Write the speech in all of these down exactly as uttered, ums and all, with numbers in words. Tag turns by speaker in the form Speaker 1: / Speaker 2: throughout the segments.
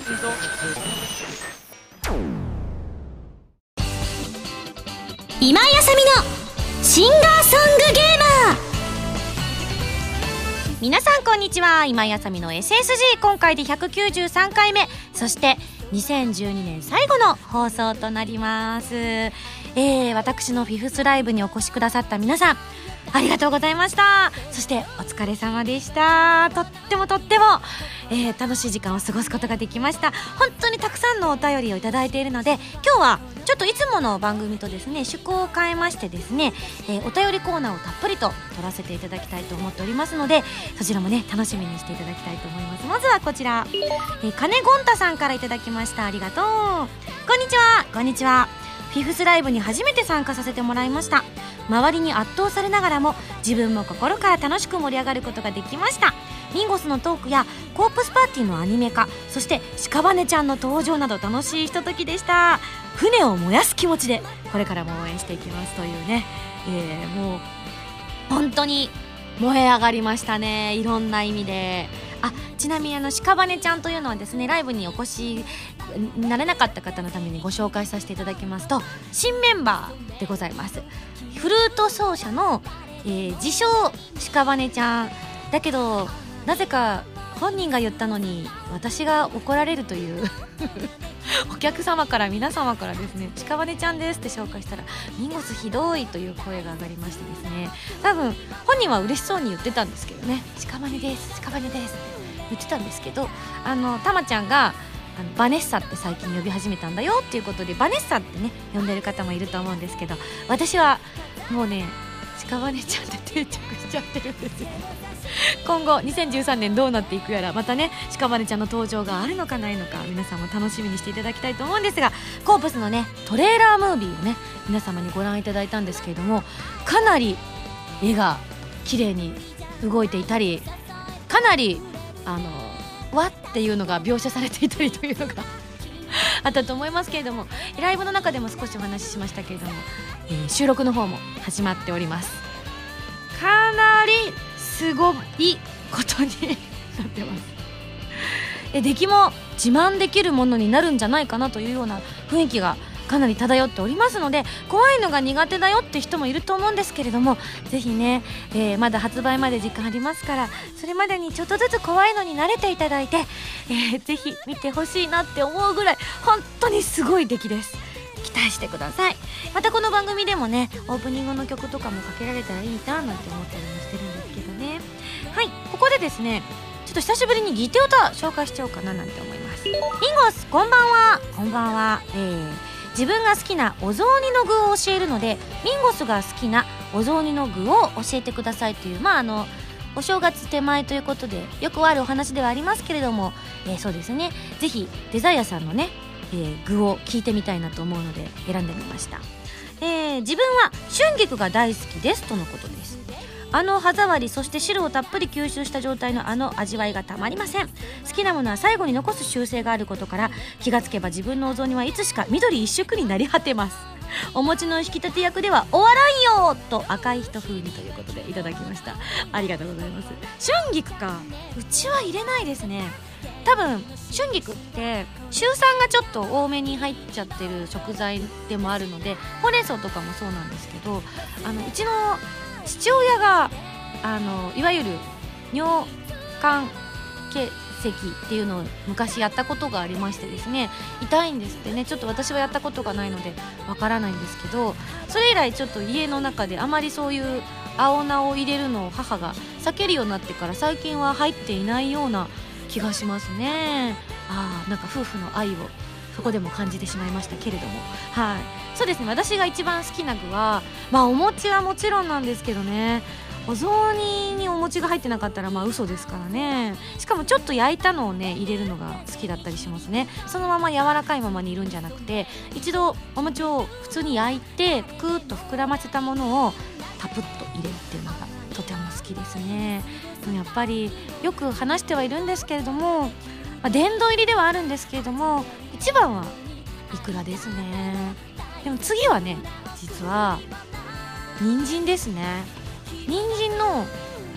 Speaker 1: 今井あさみのシンガーソングゲーマー。皆さんこんにちは、今井あさみの エスエスジー、 今回でひゃくきゅうじゅうさんかいめ、そしてにせんじゅうにねん最後の放送となります。えー、私のフィフスライブにお越しくださった皆さん、ありがとうございました。そしてお疲れ様でした。とってもとっても、えー、楽しい時間を過ごすことができました。本当にたくさんのお便りをいただいているので、今日はちょっといつもの番組とですね趣向を変えましてですね、えー、お便りコーナーをたっぷりと取らせていただきたいと思っておりますので、そちらもね楽しみにしていただきたいと思います。まずはこちら、えー、金ゴンタさんからいただきました。ありがとう。こんにちは。こんにちは。フィフスライブに初めて参加させてもらいました。周りに圧倒されながらも自分も心から楽しく盛り上がることができました。ミンゴスのトークやコープスパーティーのアニメ化、そして屍ちゃんの登場など楽しいひとときでした。船を燃やす気持ちでこれからも応援していきますというね、えー、もう本当に燃え上がりましたね、いろんな意味で。あ、ちなみにあの屍ちゃんというのはですね、ライブにお越しなれなかった方のためにご紹介させていただきますと、新メンバーでございます。フルート奏者の、えー、自称屍ちゃんだけど、なぜか本人が言ったのに私が怒られるというお客様から皆様からですね、屍ちゃんですって紹介したら、ミンゴスひどいという声が上がりましてですね、多分本人は嬉しそうに言ってたんですけどね、屍です屍ですって言ってたんですけど、あのたまちゃんがあのバネッサって最近呼び始めたんだよっていうことで、バネッサってね呼んでる方もいると思うんですけど、私はもうね屍ちゃんで定着しちゃってるんですよ。今後にせんじゅうさんねんどうなっていくやら、またね屍ちゃんの登場があるのかないのか、皆さんも楽しみにしていただきたいと思うんですが、コープスのねトレーラームービーをね皆様にご覧いただいたんですけれども、かなり絵が綺麗に動いていたり、かなりあのわっていうのが描写されていたりというのがあったと思いますけれども、ライブの中でも少しお話ししましたけれども、えー、収録の方も始まっております。かなりすごいことになってます。え出来も自慢できるものになるんじゃないかなというような雰囲気がかなり漂っておりますので、怖いのが苦手だよって人もいると思うんですけれども、ぜひね、えー、まだ発売まで時間ありますから、それまでにちょっとずつ怖いのに慣れていただいて、えー、ぜひ見てほしいなって思うぐらい本当にすごい出来です。期待してください。またこの番組でもねオープニングの曲とかもかけられたらいいななんて思ったりもしてるんですけどね。はい、ここでですねちょっと久しぶりにギテオタ紹介しちゃおうかななんて思います。ミンゴスこんばんは。こんばんは。えー、自分が好きなお雑煮の具を教えるので、ミンゴスが好きなお雑煮の具を教えてくださいという、まああのお正月手前ということでよくあるお話ではありますけれども、えー、そうですね、ぜひデザイアさんのね、えー、具を聞いてみたいなと思うので選んでみました。えー、自分は春菊が大好きですとのことです。あの歯触り、そして汁をたっぷり吸収した状態のあの味わいがたまりません。好きなものは最後に残す習性があることから、気がつけば自分のお雑煮はいつしか緑一色になり果てます。お餅の引き立て役では終わらんよと赤い人風にということでいただきました。ありがとうございます。春菊か、うちは入れないですね。多分春菊ってシュウ酸がちょっと多めに入っちゃってる食材でもあるので、ほうれん草とかもそうなんですけど、あのうちの父親があのいわゆる尿管結石っていうのを昔やったことがありましてですね、痛いんですってね。ちょっと私はやったことがないのでわからないんですけど、それ以来ちょっと家の中であまりそういう青菜を入れるのを母が避けるようになってから、最近は入っていないような気がしますね。あー、なんか夫婦の愛をそこでも感じてしまいましたけれども、はい、そうですね。私が一番好きな具は、まあお餅はもちろんなんですけどね、お雑煮にお餅が入ってなかったらまあ嘘ですからね。しかもちょっと焼いたのをね入れるのが好きだったりしますね。そのまま柔らかいままにいるんじゃなくて、一度お餅を普通に焼いてぷくっと膨らませたものをタプッと入れるっていうのがとても好きですね。でもやっぱりよく話してはいるんですけれども、まあ、殿堂入りではあるんですけれども、一番はいくらですね。でも次はね、実は人参ですね。人参のあの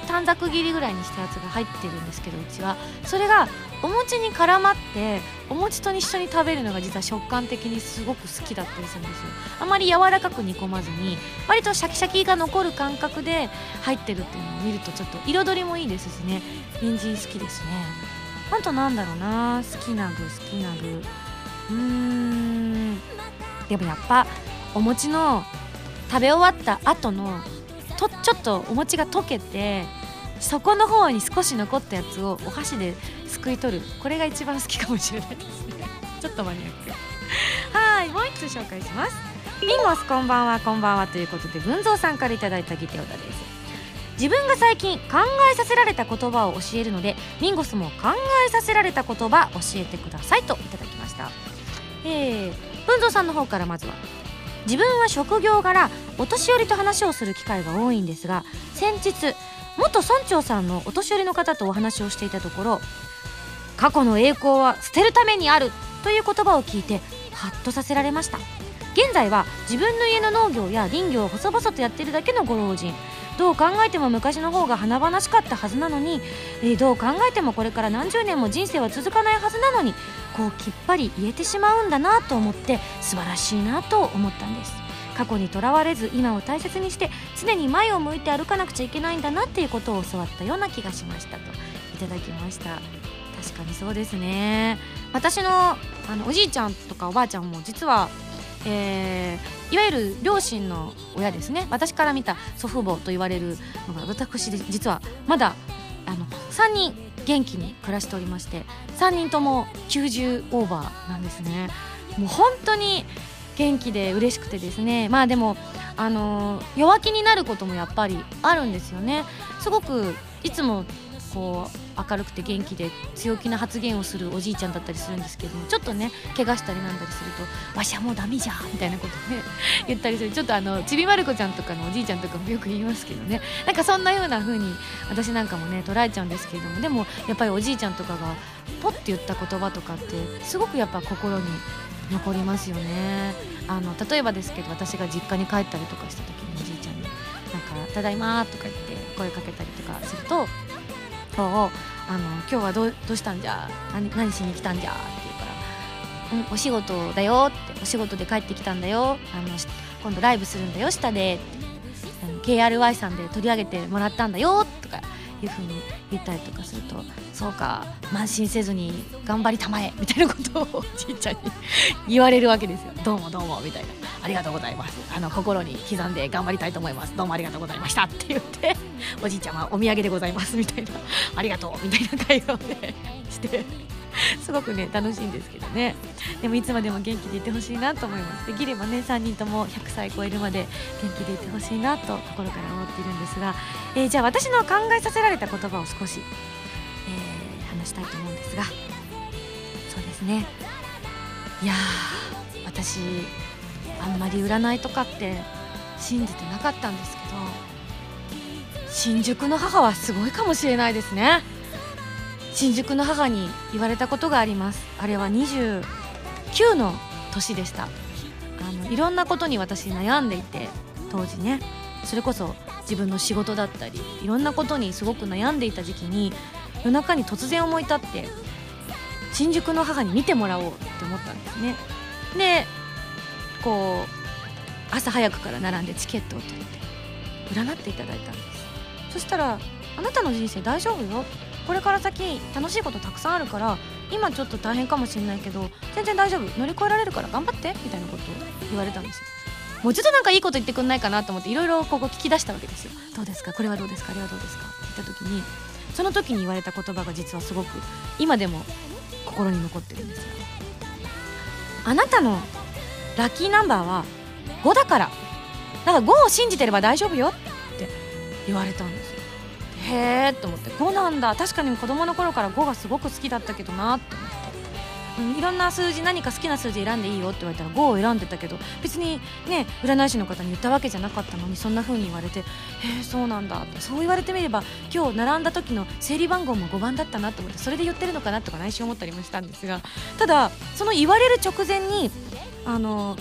Speaker 1: 短冊切りぐらいにしたやつが入ってるんですけど、うちはそれがお餅に絡まってお餅と一緒に食べるのが実は食感的にすごく好きだったりするんですよ。あまり柔らかく煮込まずに割とシャキシャキが残る感覚で入ってるっていうのを見るとちょっと彩りもいいですしね、人参好きですね。あとなんだろうな、好きな具好きな具うーんでもやっぱお餅の食べ終わった後のとちょっとお餅が溶けて底の方に少し残ったやつをお箸ですくい取る、これが一番好きかもしれないですねちょっとマニアック。はい、もう一つ紹介します。ミンゴスこんばんはこんばんはということで文蔵さんからいただいたギテオダです。自分が最近考えさせられた言葉を教えるのでミンゴスも考えさせられた言葉教えてくださいといただきました。えー、文蔵さんの方からまずは、自分は職業柄お年寄りと話をする機会が多いんですが、先日元村長さんのお年寄りの方とお話をしていたところ、過去の栄光は捨てるためにあるという言葉を聞いてハッとさせられました。現在は自分の家の農業や林業を細々とやっているだけのご老人、どう考えても昔の方が華々しかったはずなのに、えー、どう考えてもこれから何十年も人生は続かないはずなのに、こうきっぱり言えてしまうんだなと思って素晴らしいなと思ったんです。過去にとらわれず今を大切にして常に前を向いて歩かなくちゃいけないんだなっていうことを教わったような気がしましたといただきました。確かにそうですね。私 の, あのおじいちゃんとかおばあちゃんも実は、えー、いわゆる両親の親ですね。私から見た祖父母と言われるのが私で、実はまだあのさんにん元気に暮らしておりまして、さんにんともきゅうじゅうオーバーなんですね。もう本当に元気で嬉しくてですね。まあでも、あのー、弱気になることもやっぱりあるんですよね。すごくいつもこう明るくて元気で強気な発言をするおじいちゃんだったりするんですけども、ちょっとね怪我したりなんだりするとわしはもうダメじゃんみたいなことをね言ったりする。ちょっとあのちびまる子ちゃんとかのおじいちゃんとかもよく言いますけどね、なんかそんなような風に私なんかもね捉えちゃうんですけれども、でもやっぱりおじいちゃんとかがポッて言った言葉とかってすごくやっぱ心に残りますよね。あの例えばですけど、私が実家に帰ったりとかした時におじいちゃんになんかただいまとか言って声かけたりとかすると、あの今日はど う, どうしたんじゃ 何, 何しに来たんじゃって言うから、うん、お仕事だよって、お仕事で帰ってきたんだよ、あの今度ライブするんだよ下でって、あの ケーアールワイ さんで取り上げてもらったんだよとかいう風に言ったりとかすると、そうか慢心せずに頑張りたまえみたいなことをおじいちゃんに言われるわけですよ。どうもどうもみたいな、ありがとうございます、あの心に刻んで頑張りたいと思います、どうもありがとうございましたって言って、おじいちゃんはお土産でございますみたいな、ありがとうみたいな会話をねしてすごくね楽しいんですけどね。でもいつまでも元気でいてほしいなと思います。できればねさんにんともひゃくさい超えるまで元気でいてほしいなと心から思っているんですが、えー、じゃあ私の考えさせられた言葉を少し、えー、話したいと思うんですが、そうですね、いやー私あんまり占いとかって信じてなかったんですけど、新宿の母はすごいかもしれないですね。新宿の母に言われたことがあります。あれはにじゅうきゅうの年でした。あのいろんなことに私悩んでいて、当時ねそれこそ自分の仕事だったりいろんなことにすごく悩んでいた時期に、夜中に突然思い立って新宿の母に見てもらおうって思ったんですね。でこう朝早くから並んでチケットを取って占っていただいたんです。そしたら、あなたの人生大丈夫よ、これから先楽しいことたくさんあるから、今ちょっと大変かもしれないけど全然大丈夫、乗り越えられるから頑張ってみたいなことを言われたんですよ。もうちょっとなんかいいこと言ってくんないかなと思っていろいろここ聞き出したわけですよ。どうですか、これはどうですか、あれはどうですかって言った時に、その時に言われた言葉が実はすごく今でも心に残ってるんですよ。あなたのラッキーナンバーはごだから、だからごを信じてれば大丈夫よって言われたんですよ。へーと思って、ごなんだ、確かに子供の頃からごがすごく好きだったけどなって思って、うん、いろんな数字、何か好きな数字選んでいいよって言われたらごを選んでたけど、別にね占い師の方に言ったわけじゃなかったのに、そんな風に言われて、へーそうなんだって、そう言われてみれば今日並んだ時の整理番号もごばんだったなと思って、それで言ってるのかなとか内心思ったりもしたんですが、ただその言われる直前にあの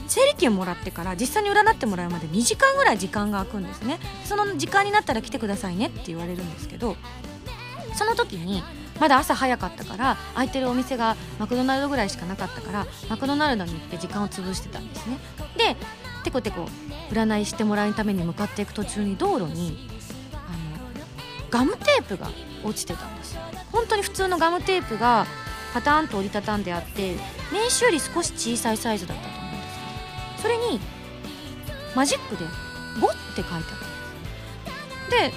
Speaker 1: 整理券もらってから実際に占ってもらうまでにじかんぐらい時間が空くんですね。その時間になったら来てくださいねって言われるんですけど、その時にまだ朝早かったから空いてるお店がマクドナルドぐらいしかなかったから、マクドナルドに行って時間を潰してたんですね。でテコテコ占いしてもらうために向かっていく途中に道路にあのガムテープが落ちてたんですよ。本当に普通のガムテープがパターンと折りたたんであって、名刺より少し小さいサイズだったと思うんですけど、それにマジックでごって書いてあったんです。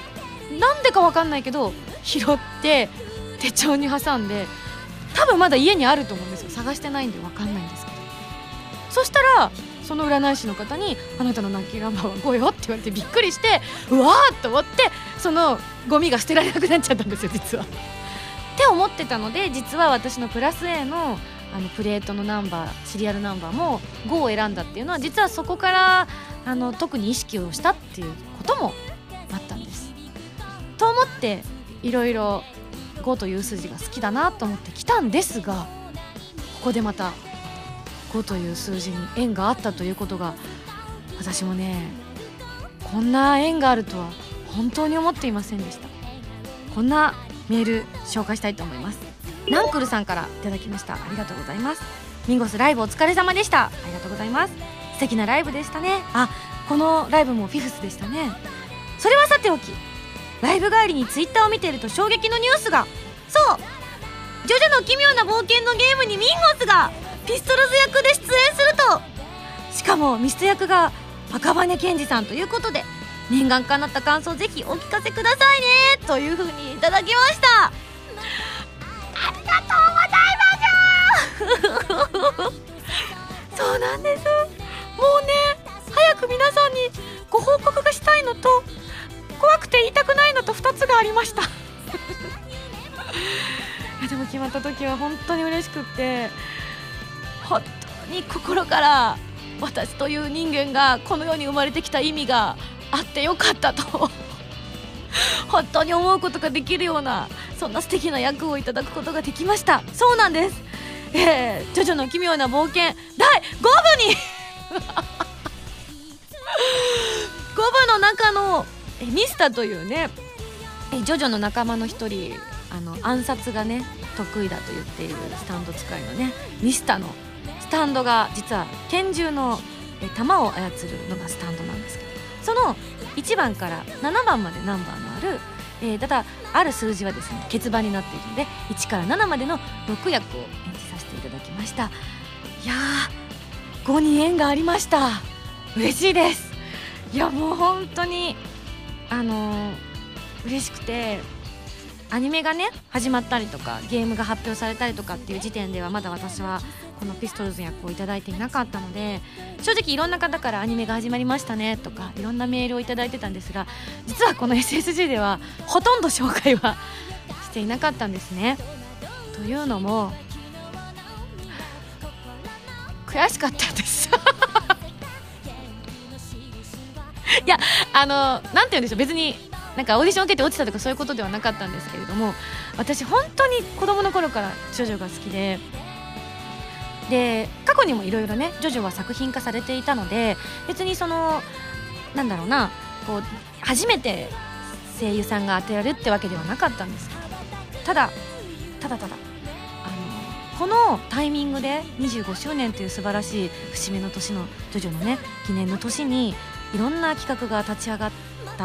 Speaker 1: でなんでか分かんないけど拾って手帳に挟んで、多分まだ家にあると思うんですよ。探してないんで分かんないんですけど、そしたらその占い師の方にあなたのラッキーナンバーはごよって言われてびっくりして、うわーっと思って、そのゴミが捨てられなくなっちゃったんですよ実はって思ってたので、実は私のプラス A の, あのプレートのナンバー、シリアルナンバーもごを選んだっていうのは、実はそこからあの特に意識をしたっていうこともあったんですと思って、いろいろごという数字が好きだなと思ってきたんですが、ここでまたごという数字に縁があったということが、私もねこんな縁があるとは本当に思っていませんでした。こんなメール紹介したいと思います。ナンクルさんからいただきました。ありがとうございます。ミンゴスライブお疲れ様でした。ありがとうございます。素敵なライブでしたね。あ、このライブもフィフスでしたね。それはさておき、ライブ帰りにツイッターを見ていると衝撃のニュースが、そうジョジョの奇妙な冒険のゲームにミンゴスがピストルズ役で出演すると、しかもミスト役が赤羽健二さんということで、念願かなった感想ぜひお聞かせくださいねというふうにいただきました。ありがとうございますそうなんです。もうね早く皆さんにご報告がしたいのと、怖くて言いたくないのとふたつがありましたいやでも決まった時は本当に嬉しくって、本当に心から私という人間がこの世に生まれてきた意味があってよかったと本当に思うことができるような、そんな素敵な役をいただくことができました。そうなんです、えー、ジョジョの奇妙な冒険だいごぶにごぶの中のえミスタというね、えジョジョの仲間の一人、あの暗殺がね得意だと言っているスタンド使いのねミスタのスタンドが実は拳銃のえ弾を操るのがスタンドなんですけど、そのいちばんからななばんまでナンバーのある、えー、ただある数字はですね欠番になっているので、いちからななまでのろく役を演じさせていただきました。いやーごに縁がありました。嬉しいです。いやもう本当にあのー、嬉しくて、アニメがね始まったりとかゲームが発表されたりとかっていう時点ではまだ私はこのピストルズの役をいただいていなかったので、正直いろんな方からアニメが始まりましたねとかいろんなメールをいただいてたんですが、実はこの エスエスジー ではほとんど紹介はしていなかったんですね。というのも悔しかったんですいやあのなんて言うんでしょう、別になんかオーディション受けて落ちたとかそういうことではなかったんですけれども、私本当に子供の頃からジョジョが好きで、で過去にもいろいろねジョジョは作品化されていたので、別にそのなんだろうな、こう初めて声優さんが当てられるってわけではなかったんですけど、ただただただあのこのタイミングでにじゅうごしゅうねんという素晴らしい節目の年のジョジョのね記念の年にいろんな企画が立ち上がった。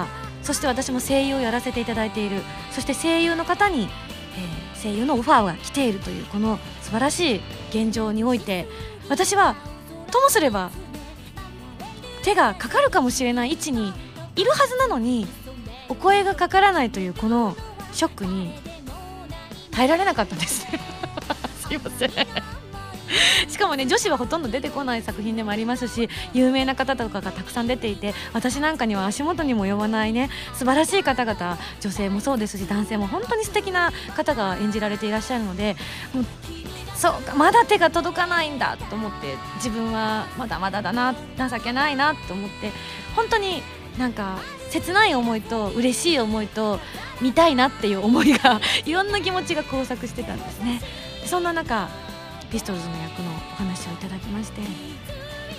Speaker 1: そして私も声優をやらせていただいている。そして声優の方に、えー、声優のオファーが来ているというこの素晴らしい現状において、私はともすれば手がかかるかもしれない位置にいるはずなのに、お声がかからないというこのショックに耐えられなかったんですすいませんしかもね女子はほとんど出てこない作品でもありますし、有名な方とかがたくさん出ていて、私なんかには足元にも及ばないね素晴らしい方々、女性もそうですし男性も本当に素敵な方が演じられていらっしゃるので、もうそうかまだ手が届かないんだと思って、自分はまだまだだな、情けないなと思って、本当になんか切ない思いと嬉しい思いと見たいなっていう思いがいろんな気持ちが交錯してたんですね。そんな中ピストルズの役のお話をいただきまして、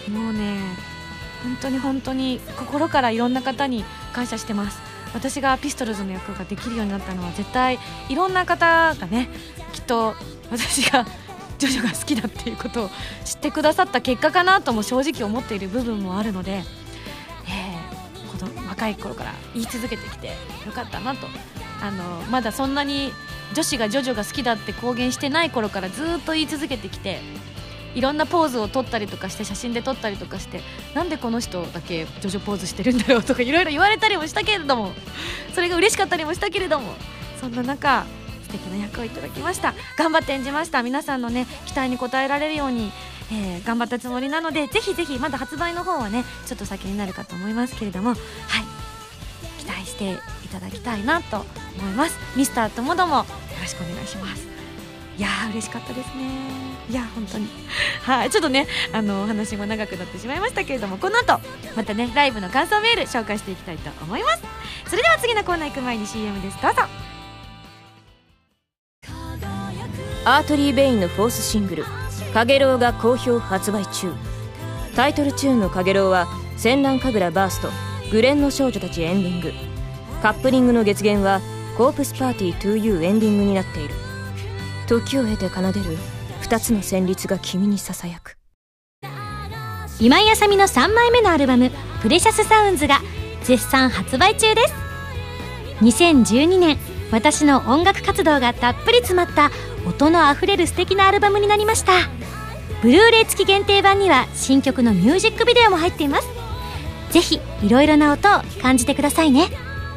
Speaker 1: もうね本当に本当に心からいろんな方に感謝してます。私がピストルズの役ができるようになったのは絶対いろんな方がねきっと私がジョジョが好きだっていうことを知ってくださった結果かなとも正直思っている部分もあるので、えー、この若い頃から言い続けてきてよかったなと。あのまだそんなに女子がジョジョが好きだって公言してない頃からずっと言い続けてきて、いろんなポーズを撮ったりとかして写真で撮ったりとかして、なんでこの人だけジョジョポーズしてるんだろうとかいろいろ言われたりもしたけれども、それが嬉しかったりもしたけれども、そんな中素敵な役をいただきました。頑張って演じました。皆さんのね期待に応えられるように、えー、頑張ったつもりなので、ぜひぜひまだ発売の方はねちょっと先になるかと思いますけれども、はい期待していただきたいなと思います。ミスターともどもよろしくお願いします。いやー嬉しかったですね。いや本当にはい、ちょっとねあのお話も長くなってしまいましたけれども、この後またねライブの感想メール紹介していきたいと思います。それでは次のコーナー行く前に シーエム です。どうぞ。
Speaker 2: アートリー・ベインのフォースシングル「かげろう」が好評発売中。タイトルチューンのかげろうは戦乱神楽バーストグレンの少女たちエンディング、カップリングの月限はコープスパーティー トゥーユー エンディングになっている。時を経て奏でる二つの旋律が君にささやく。
Speaker 1: 今井あさみのさんまいめのアルバムプレシャスサウンズが絶賛発売中です。にせんじゅうにねん私の音楽活動がたっぷり詰まった音のあふれる素敵なアルバムになりました。ブルーレイ付き限定版には新曲のミュージックビデオも入っています。ぜひいろいろな音を感じてくださいね。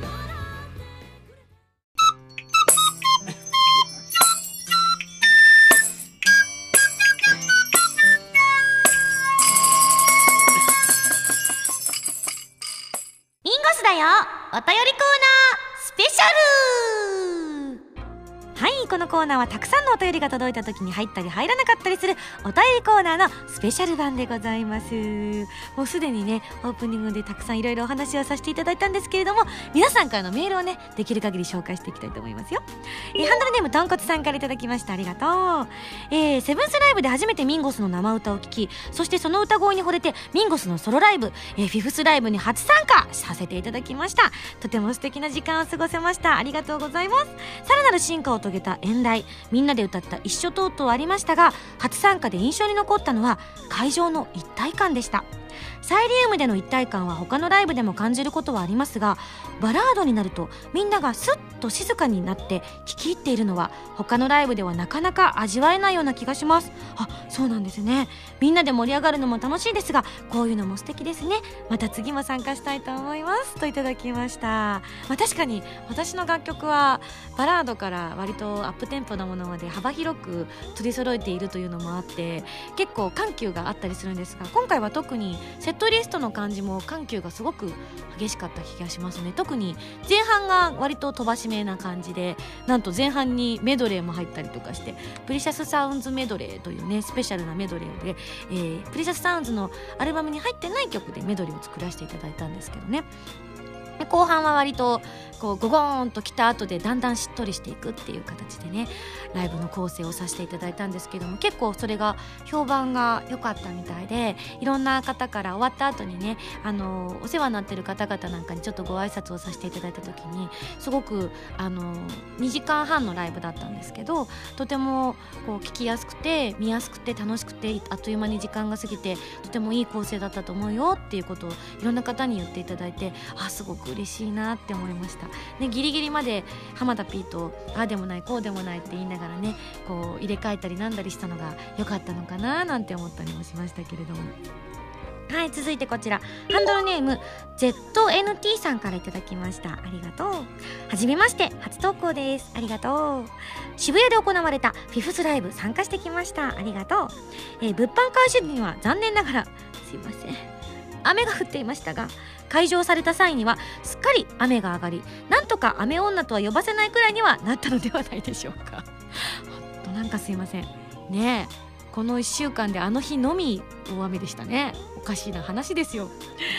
Speaker 1: ミンゴスだよお便りコーナースペシャル。はい、このコーナーはたくさんのお便りが届いた時に入ったり入らなかったりするお便りコーナーのスペシャル版でございます。もうすでにねオープニングでたくさんいろいろお話をさせていただいたんですけれども、皆さんからのメールをねできる限り紹介していきたいと思いますよ。えー、ハンドルネームとんこつさんからいただきました。ありがとう。えー、セブンスライブで初めてミンゴスの生歌を聴き、そしてその歌声に惚れてミンゴスのソロライブ、えー、フィフスライブに初参加させていただきました。とても素敵な時間を過ごせました。ありがとうございます。さらなる進化を遂げた演題、みんなで歌った一緒等々ありましたが、初参加で印象に残ったのは会場の一体感でした。サイリウムでの一体感は他のライブでも感じることはありますが、バラードになるとみんながスッと静かになって聴き入っているのは他のライブではなかなか味わえないような気がします。あ、そうなんですね。みんなで盛り上がるのも楽しいですが、こういうのも素敵ですね。また次も参加したいと思いますといただきました。まあ、確かに私の楽曲はバラードから割とアップテンポなものまで幅広く取り揃えているというのもあって、結構緩急があったりするんですが、今回は特にセットリストの感じも緩急がすごく激しかった気がしますね。特に前半が割と飛ばしめな感じで、なんと前半にメドレーも入ったりとかして、プレシャスサウンズメドレーというねスペシャルなメドレーで、えー、プレシャスサウンズのアルバムに入ってない曲でメドレーを作らせていただいたんですけどね。で後半は割とこうゴゴーンと来た後でだんだんしっとりしていくっていう形でねライブの構成をさせていただいたんですけども、結構それが評判が良かったみたいで、いろんな方から終わった後にねあのお世話になってる方々なんかにちょっとご挨拶をさせていただいた時に、すごくあのにじかんはんのライブだったんですけど、とてもこう聞きやすくて見やすくて楽しくて、あっという間に時間が過ぎてとてもいい構成だったと思うよっていうことをいろんな方に言っていただいて、あすごく嬉しいなって思いました、ね、ギリギリまで浜田 P とああでもないこうでもないって言いながらねこう入れ替えたりなんだりしたのが良かったのかななんて思ったりもしましたけれども。はい、続いてこちらハンドルネーム ゼットエヌティー さんからいただきました。ありがとう。はじめまして、初投稿です。ありがとう。渋谷で行われたフィフスライブ参加してきました。ありがとう。えー、物販開始には残念ながらすいません雨が降っていましたが、開場された際にはすっかり雨が上がり、なんとか雨女とは呼ばせないくらいにはなったのではないでしょうか。ほんとなんかすいませんねえ、このいっしゅうかんであの日のみ大雨でしたね。おかしいな話ですよ。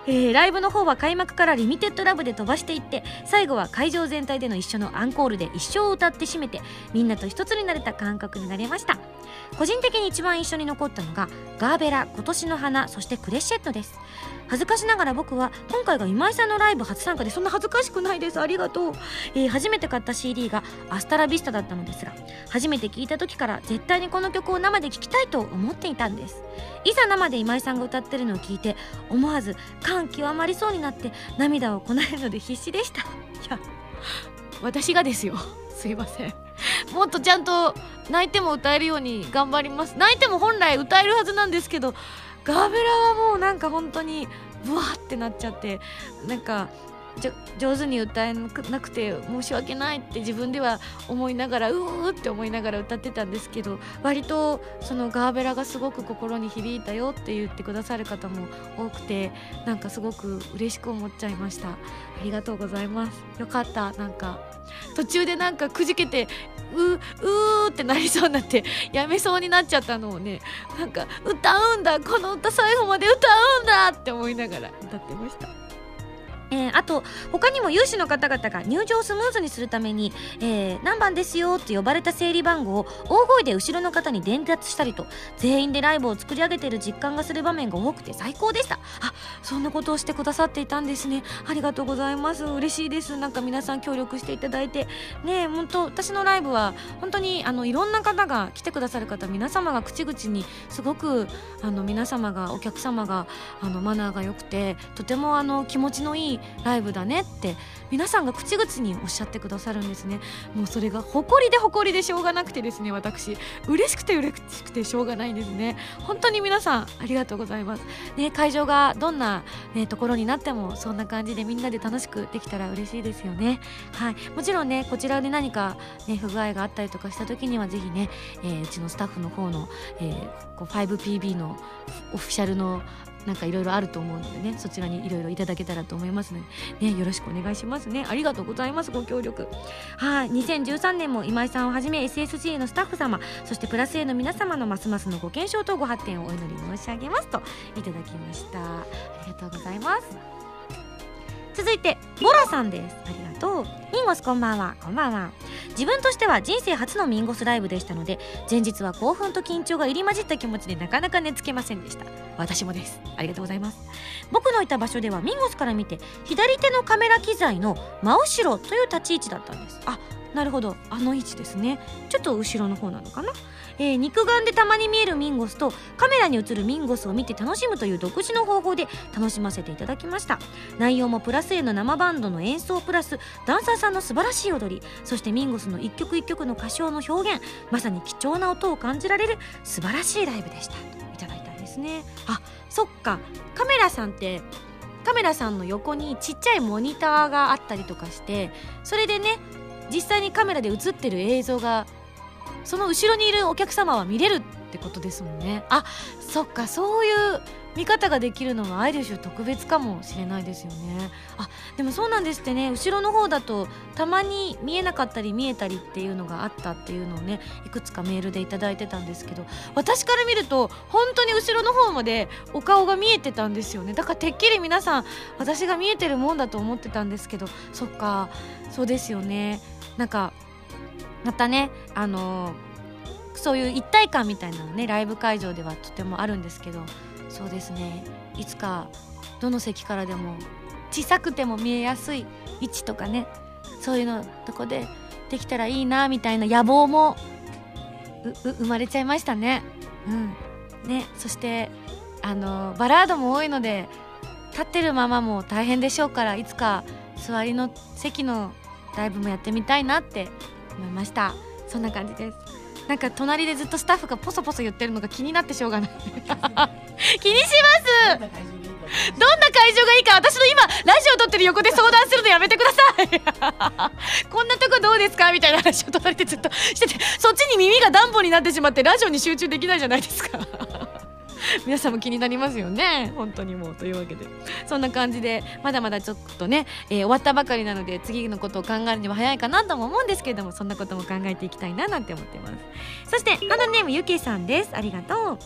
Speaker 1: えー、ライブの方は開幕からリミテッドラブで飛ばしていって、最後は会場全体での一緒のアンコールで一生歌って締めて、みんなと一つになれた感覚になれました。個人的に一番印象に残ったのがガーベラ、今年の花、そしてクレッシェットです。恥ずかしながら僕は今回が今井さんのライブ初参加で、そんな恥ずかしくないです、ありがとう。えー、初めて買った シーディー がアスタラビスタだったのですが、初めて聴いた時から絶対にこの曲を生で聴きたいと思っていたんです。いざ生で今井さんが歌ってるのを聞いて、思わず感極まりそうになって涙をこらえるので必死でした。いや、私がですよ、すいません。もっとちゃんと泣いても歌えるように頑張ります。泣いても本来歌えるはずなんですけど、ガーベラはもうなんか本当にブワーってなっちゃって、なんかじょ上手に歌えなくて申し訳ないって自分では思いながら、うーって思いながら歌ってたんですけど、割とそのガーベラがすごく心に響いたよって言ってくださる方も多くて、なんかすごく嬉しく思っちゃいました。ありがとうございます。よかった。なんか途中でなんかくじけてううーってなりそうになってやめそうになっちゃったのをね、なんか歌うんだ、この歌最後まで歌うんだって思いながら歌ってました。えー、あと他にも有志の方々が入場をスムーズにするために、えー、何番ですよって呼ばれた整理番号を大声で後ろの方に伝達したりと、全員でライブを作り上げている実感がする場面が多くて最高でした。あ、そんなことをしてくださっていたんですね。ありがとうございます。嬉しいです。なんか皆さん協力していただいてね。本当私のライブは本当にあのいろんな方が来てくださる方、皆様が口々にすごくあの皆様がお客様があのマナーが良くて、とてもあの気持ちのいいライブだねって皆さんが口々におっしゃってくださるんですね。もうそれが誇りで誇りでしょうがなくてですね、私嬉しくて嬉しくてしょうがないんですね。本当に皆さんありがとうございます、ね、会場がどんな、ね、ところになってもそんな感じでみんなで楽しくできたら嬉しいですよね。はい、もちろんねこちらで何か、ね、不具合があったりとかした時にはぜひね、えー、うちのスタッフの方の、えー、こう ファイブピービー のオフィシャルのなんかいろいろあると思うのでね、そちらにいろいろいただけたらと思いますので、ね、よろしくお願いしますね。ありがとうございます、ご協力。はい、にせんじゅうさんねんも今井さんをはじめ エスエスジー のスタッフ様、そしてプラス A の皆様のますますのご健勝とご発展をお祈り申し上げますといただきました。ありがとうございます。続いてボラさんです。ありがとう。ミンゴスこんばんは。こんばんは。自分としては人生初のミンゴスライブでしたので、前日は興奮と緊張が入り混じった気持ちでなかなか寝つけませんでした。私もです。ありがとうございます。僕のいた場所ではミンゴスから見て左手のカメラ機材の真後ろという立ち位置だったんです。あ、なるほど、あの位置ですね。ちょっと後ろの方なのかな。えー、肉眼でたまに見えるミンゴスとカメラに映るミンゴスを見て楽しむという独自の方法で楽しませていただきました。内容もプラス A の生バンドの演奏プラスダンサーさんの素晴らしい踊り、そしてミンゴスの一曲一曲の歌唱の表現、まさに貴重な音を感じられる素晴らしいライブでしたといただいたんですね。あ、そっか、カメラさんってカメラさんの横にちっちゃいモニターがあったりとかして、それでね実際にカメラで映ってる映像がその後ろにいるお客様は見れるってことですもんね。あ、そっか、そういう見方ができるのはある種特別かもしれないですよね。あ、でもそうなんですってね。後ろの方だとたまに見えなかったり見えたりっていうのがあったっていうのをね、いくつかメールでいただいてたんですけど、私から見ると本当に後ろの方までお顔が見えてたんですよね。だからてっきり皆さん私が見えてるもんだと思ってたんですけど、そっか、そうですよね。なんかまたね、あのー、そういう一体感みたいなのね、ライブ会場ではとてもあるんですけど、そうですね、いつかどの席からでも小さくても見えやすい位置とかね、そういうのとこでできたらいいなみたいな野望もうう生まれちゃいましたね。うんね、そしてあのー、バラードも多いので立ってるままも大変でしょうから、いつか座りの席のライブもやってみたいなって思いました。そんな感じです。なんか隣でずっとスタッフがポソポソ言ってるのが気になってしょうがない気にします。どんな会場がいいか、私の今ラジオ撮ってる横で相談するのやめてくださいこんなとこどうですかみたいな話を隣でずっとしてて、そっちに耳がダンボになってしまってラジオに集中できないじゃないですか皆さんも気になりますよね、本当にもう。というわけでそんな感じでまだまだちょっとね、えー、終わったばかりなので次のことを考えるには早いかなとも思うんですけれども、そんなことも考えていきたいななんて思ってます。そしてハンドネームゆけさんです。ありがとう。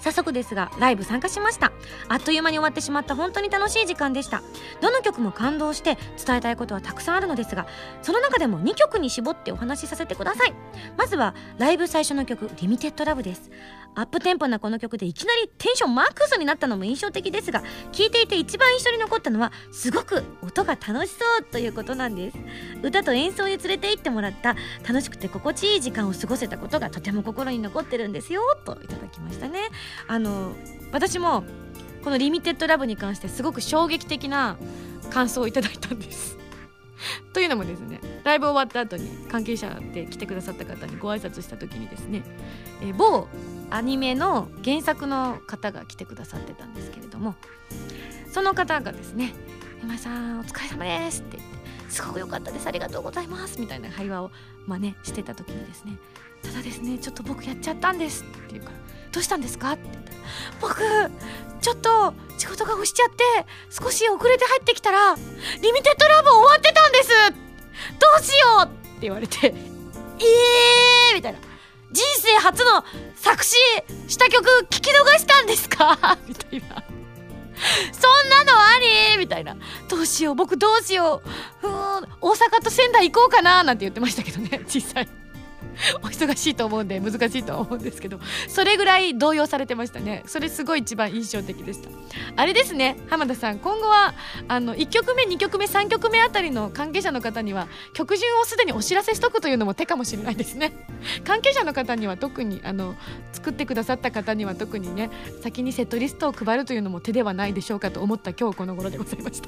Speaker 1: 早速ですがライブ参加しました。あっという間に終わってしまった本当に楽しい時間でした。どの曲も感動して伝えたいことはたくさんあるのですが、その中でもにきょくに絞ってお話しさせてください。まずはライブ最初の曲リミテッドラブです。アップテンポなこの曲でいきなりテンションマックスになったのも印象的ですが、聴いていて一番印象に残ったのはすごく音が楽しそうということなんです。歌と演奏に連れて行ってもらった楽しくて心地いい時間を過ごせたことがとても心に残ってるんですよといただきましたね。あの私もこのリミテッドラブに関してすごく衝撃的な感想をいただいたんですというのもですね、ライブ終わった後に関係者で来てくださった方にご挨拶した時にですね、えー、某アニメの原作の方が来てくださってたんですけれども、その方がですね、今井さんお疲れ様ですって言って、すごく良かったです、ありがとうございますみたいな会話をまあねしてた時にですね、ただですねちょっと僕やっちゃったんですって言うから、どうしたんですかって言ったら、僕ちょっと仕事が押しちゃって少し遅れて入ってきたらリミテッドラブ終わってたんです、どうしようって言われて、えーみたいな、人生初の作詞した曲聞き逃したんですかみたいな、そんなのありみたいな、どうしよう僕どうしよう、うーん大阪と仙台行こうかななんて言ってましたけどね、実際お忙しいと思うんで難しいとは思うんですけど、それぐらい動揺されてましたね。それすごい一番印象的でした。あれですね、浜田さん、今後はあのいっきょくめにきょくめさんきょくめあたりの関係者の方には曲順をすでにお知らせしとくというのも手かもしれないですね。関係者の方には特にあの作ってくださった方には特にね、先にセットリストを配るというのも手ではないでしょうかと思った今日この頃でございました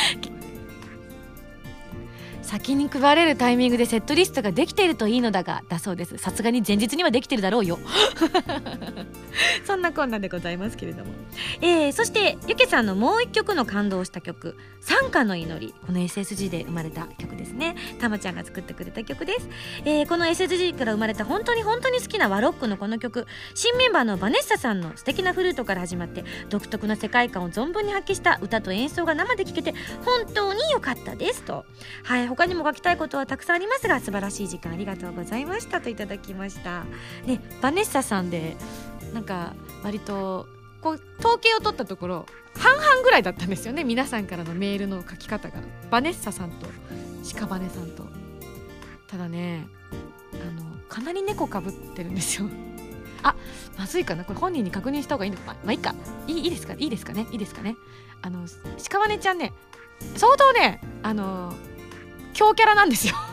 Speaker 1: 先に配れるタイミングでセットリストができているといいのだがだそうです。さすがに前日にはできてるだろうよそんなこんなでございますけれども、えー、そしてゆけさんのもう一曲の感動した曲、賛歌の祈り、この エスエスジー で生まれた曲ですね。たまちゃんが作ってくれた曲です。えー、この エスエスジー から生まれた本当に本当に好きな和ロックのこの曲、新メンバーのバネッサさんの素敵なフルートから始まって独特な世界観を存分に発揮した歌と演奏が生で聴けて本当に良かったですと。はい、他にも書きたいことはたくさんありますが素晴らしい時間ありがとうございましたといただきました、ね、バネッサさんでなんか割とこう統計を取ったところ半々ぐらいだったんですよね、皆さんからのメールの書き方が。バネッサさんと屍さんと、ただねあのかなり猫かぶってるんですよあ、まずいかな、これ本人に確認した方がいいのか、まあ、まあいいか、いい、いいですかいいですかねいいですかねあの屍ちゃんね相当ねあの強キャラなんですよ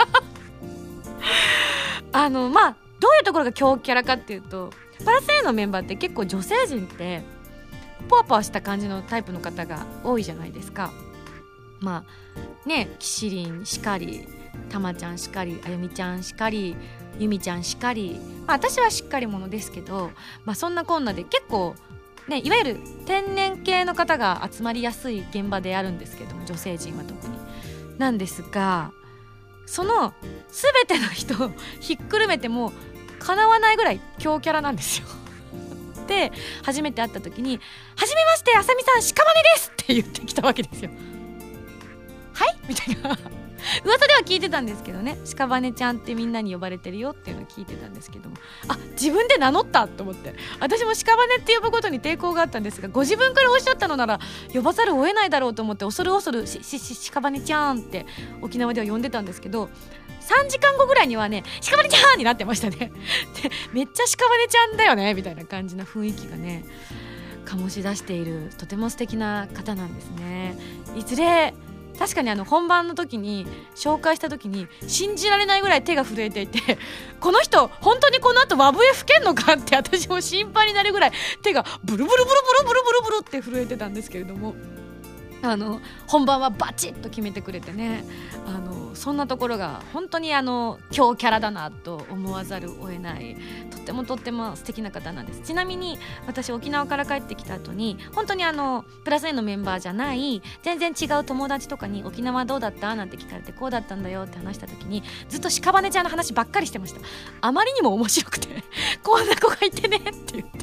Speaker 1: あのまあどういうところが強キャラかっていうと、パラセイのメンバーって結構女性陣ってポワポワした感じのタイプの方が多いじゃないですか。まあね、キシリンしかり、たまちゃんしかり、あゆみちゃんしかり、ゆみちゃんしかり、まあ、私はしっかり者ですけど、まあ、そんなこんなで結構ね、いわゆる天然系の方が集まりやすい現場であるんですけども、女性陣は特になんですが、その全ての人をひっくるめてもかなわないぐらい強キャラなんですよで初めて会った時にはじめましてあさみさん屍ですって言ってきたわけですよ。はいみたいな噂では聞いてたんですけどね、屍ちゃんってみんなに呼ばれてるよっていうのを聞いてたんですけども、あ、自分で名乗ったと思って、私も屍って呼ぶことに抵抗があったんですが、ご自分からおっしゃったのなら呼ばざるを得ないだろうと思って、恐る恐るししし屍ちゃんって沖縄では呼んでたんですけど、さんじかんごぐらいにはね屍ちゃんになってましたねでめっちゃ屍ちゃんだよねみたいな感じな雰囲気がね醸し出している、とても素敵な方なんですね。いずれ確かにあの本番の時に紹介した時に信じられないぐらい手が震えていて、この人本当にこの後和笛吹けんのかって私も心配になるぐらい手がブルブルブルブルブルブルブルって震えてたんですけれども、あの本番はバチッと決めてくれてね、あのそんなところが本当にあの強キャラだなと思わざるを得ない、とってもとっても素敵な方なんです。ちなみに私沖縄から帰ってきた後に本当にあのプラス A のメンバーじゃない全然違う友達とかに沖縄どうだったなんて聞かれて、こうだったんだよって話した時にずっと屍ちゃんの話ばっかりしてました。あまりにも面白くてこんな子がいてねって言って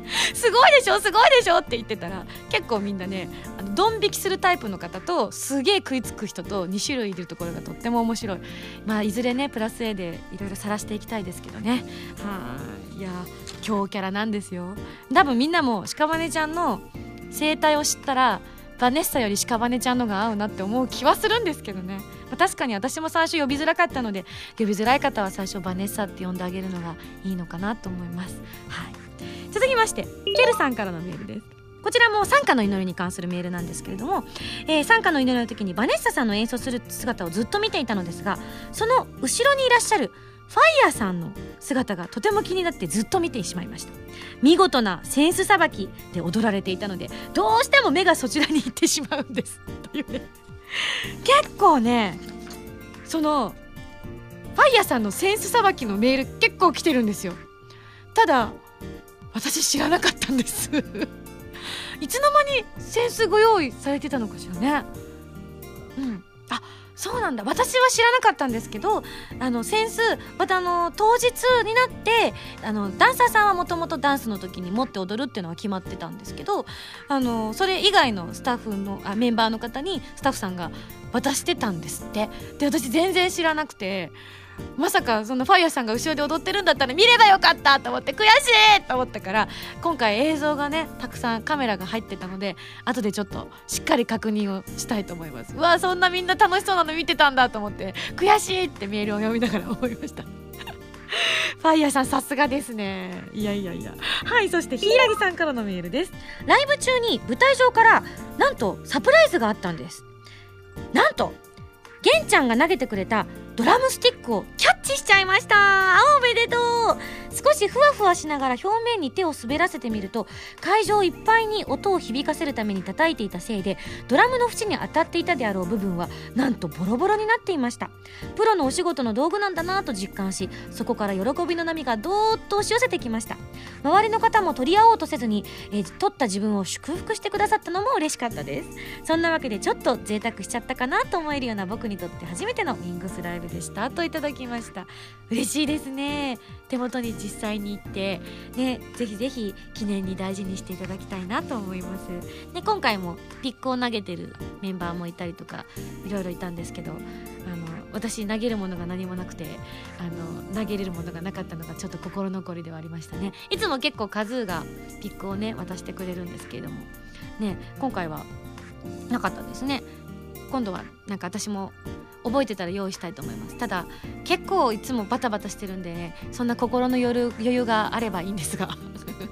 Speaker 1: すごいでしょすごいでしょって言ってたら、結構みんなね、あのドン引きするタイプの方とすげえ食いつく人とに種類いるところがとっても面白い。まあいずれねプラス A でいろいろ晒していきたいですけどね。はい、いや強キャラなんですよ。多分みんなも屍ちゃんの生態を知ったらバネッサより屍ちゃんのが合うなって思う気はするんですけどね。まあ、確かに私も最初呼びづらかったので、呼びづらい方は最初バネッサって呼んであげるのがいいのかなと思います。はい、続きましてケルさんからのメールです。こちらも賛歌の祈りに関するメールなんですけれども、えー、賛歌の祈りの時にバネッサさんの演奏する姿をずっと見ていたのですが、その後ろにいらっしゃるファイヤーさんの姿がとても気になってずっと見てしまいました。見事なセンスさばきで踊られていたので、どうしても目がそちらに行ってしまうんですというね。結構ね、そのファイヤーさんのセンスさばきのメール結構来てるんですよ。ただ私知らなかったんですいつの間にセンスご用意されてたのかしらね。うん、あ、そうなんだ。私は知らなかったんですけど、あのセンスまたあの当日になってあのダンサーさんはもともとダンスの時に持って踊るっていうのは決まってたんですけど、あのそれ以外のスタッフのあメンバーの方にスタッフさんが渡してたんですって。で私全然知らなくて、まさかそのファイヤーさんが後ろで踊ってるんだったら見ればよかったと思って、悔しいと思ったから、今回映像がねたくさんカメラが入ってたので後でちょっとしっかり確認をしたいと思います。うわ、そんなみんな楽しそうなの見てたんだと思って、悔しいってメールを読みながら思いましたファイヤーさんさすがですね。いやいやいや。はい、そしてひいらぎさんからのメールです。ライブ中に舞台上からなんとサプライズがあったんです。なんとゲンちゃんが投げてくれたドラムスティックをキャッチしちゃいました。おめでとう。少しふわふわしながら表面に手を滑らせてみると、会場いっぱいに音を響かせるために叩いていたせいでドラムの縁に当たっていたであろう部分はなんとボロボロになっていました。プロのお仕事の道具なんだなと実感し、そこから喜びの波がどーっと押し寄せてきました。周りの方も取り合おうとせずに、えー、取った自分を祝福してくださったのも嬉しかったです。そんなわけでちょっと贅沢しちゃったかなと思えるような僕にとって初めてのウィングスライブでしたといただきました。嬉しいですね。手元に実際に行ってね、ぜひぜひ記念に大事にしていただきたいなと思います。で今回もピックを投げてるメンバーもいたりとかいろいろいたんですけど、あの私投げるものが何もなくて、あの投げれるものがなかったのがちょっと心残りではありましたね。いつも結構カズーがピックをね渡してくれるんですけれどもね、今回はなかったですね。今度はなんか私も覚えてたら用意したいと思います。ただ結構いつもバタバタしてるんでね、そんな心の余裕、余裕があればいいんですがララ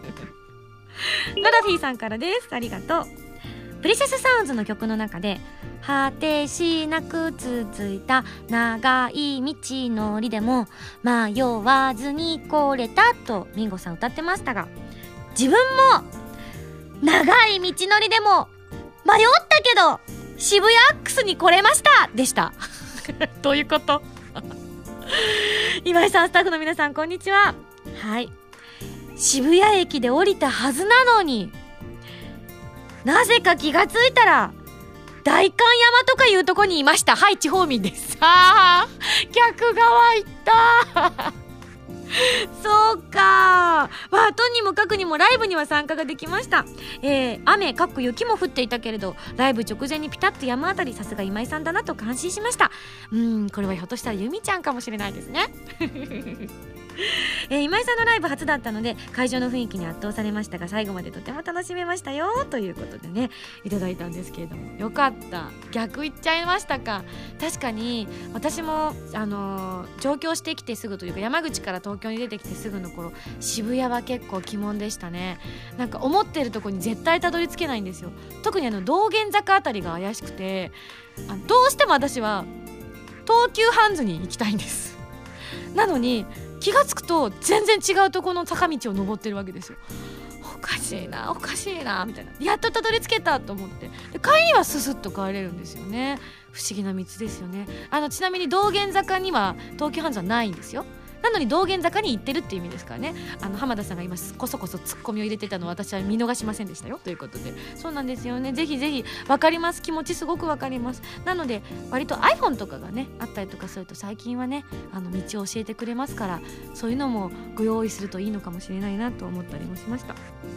Speaker 1: フィーさんからです。ありがとう。プリシャスサウンズの曲の中で果てしなく続いた長い道のりでも迷わずに来れたとミンゴさん歌ってましたが、自分も長い道のりでも迷ったけど渋谷アックスに来れましたでしたどういうこと今井さん、スタッフの皆さんこんにちは。はい、渋谷駅で降りたはずなのになぜか気がついたら代官山とかいうとこにいました。はい、地方民です。あー、逆側行ったそうか。まあとにもかくにもライブには参加ができました。えー、雨かっこ雪も降っていたけれどライブ直前にピタッと山あたり、さすが今井さんだなと感心しました。うーん、これはひょっとしたらユミちゃんかもしれないですねえー、今井さんのライブ初だったので会場の雰囲気に圧倒されましたが、最後までとても楽しめましたよということでねいただいたんですけれども、よかった。逆行っちゃいましたか。確かに私も、あのー、上京してきてすぐというか山口から東京に出てきてすぐの頃、渋谷は結構鬼門でしたね。なんか思ってるとこに絶対たどり着けないんですよ。特にあの道玄坂あたりが怪しくて、あのどうしても私は東急ハンズに行きたいんです。なのに気がつくと全然違うところの坂道を登ってるわけですよ。おかしいなおかしいなみたいな、やっとたどり着けたと思って、で帰りはススッと帰れるんですよね。不思議な道ですよね。あのちなみに道玄坂には東急ハンズはないんですよ。なのに道玄坂に行ってるっていう意味ですからね。あの浜田さんが今こそこそツッコミを入れてたのを私は見逃しませんでしたよということで、そうなんですよね。ぜひぜひ分かります、気持ちすごく分かります。なので割と iPhone とかがねあったりとかすると最近はねあの道を教えてくれますから、そういうのもご用意するといいのかもしれないなと思ったりもしました。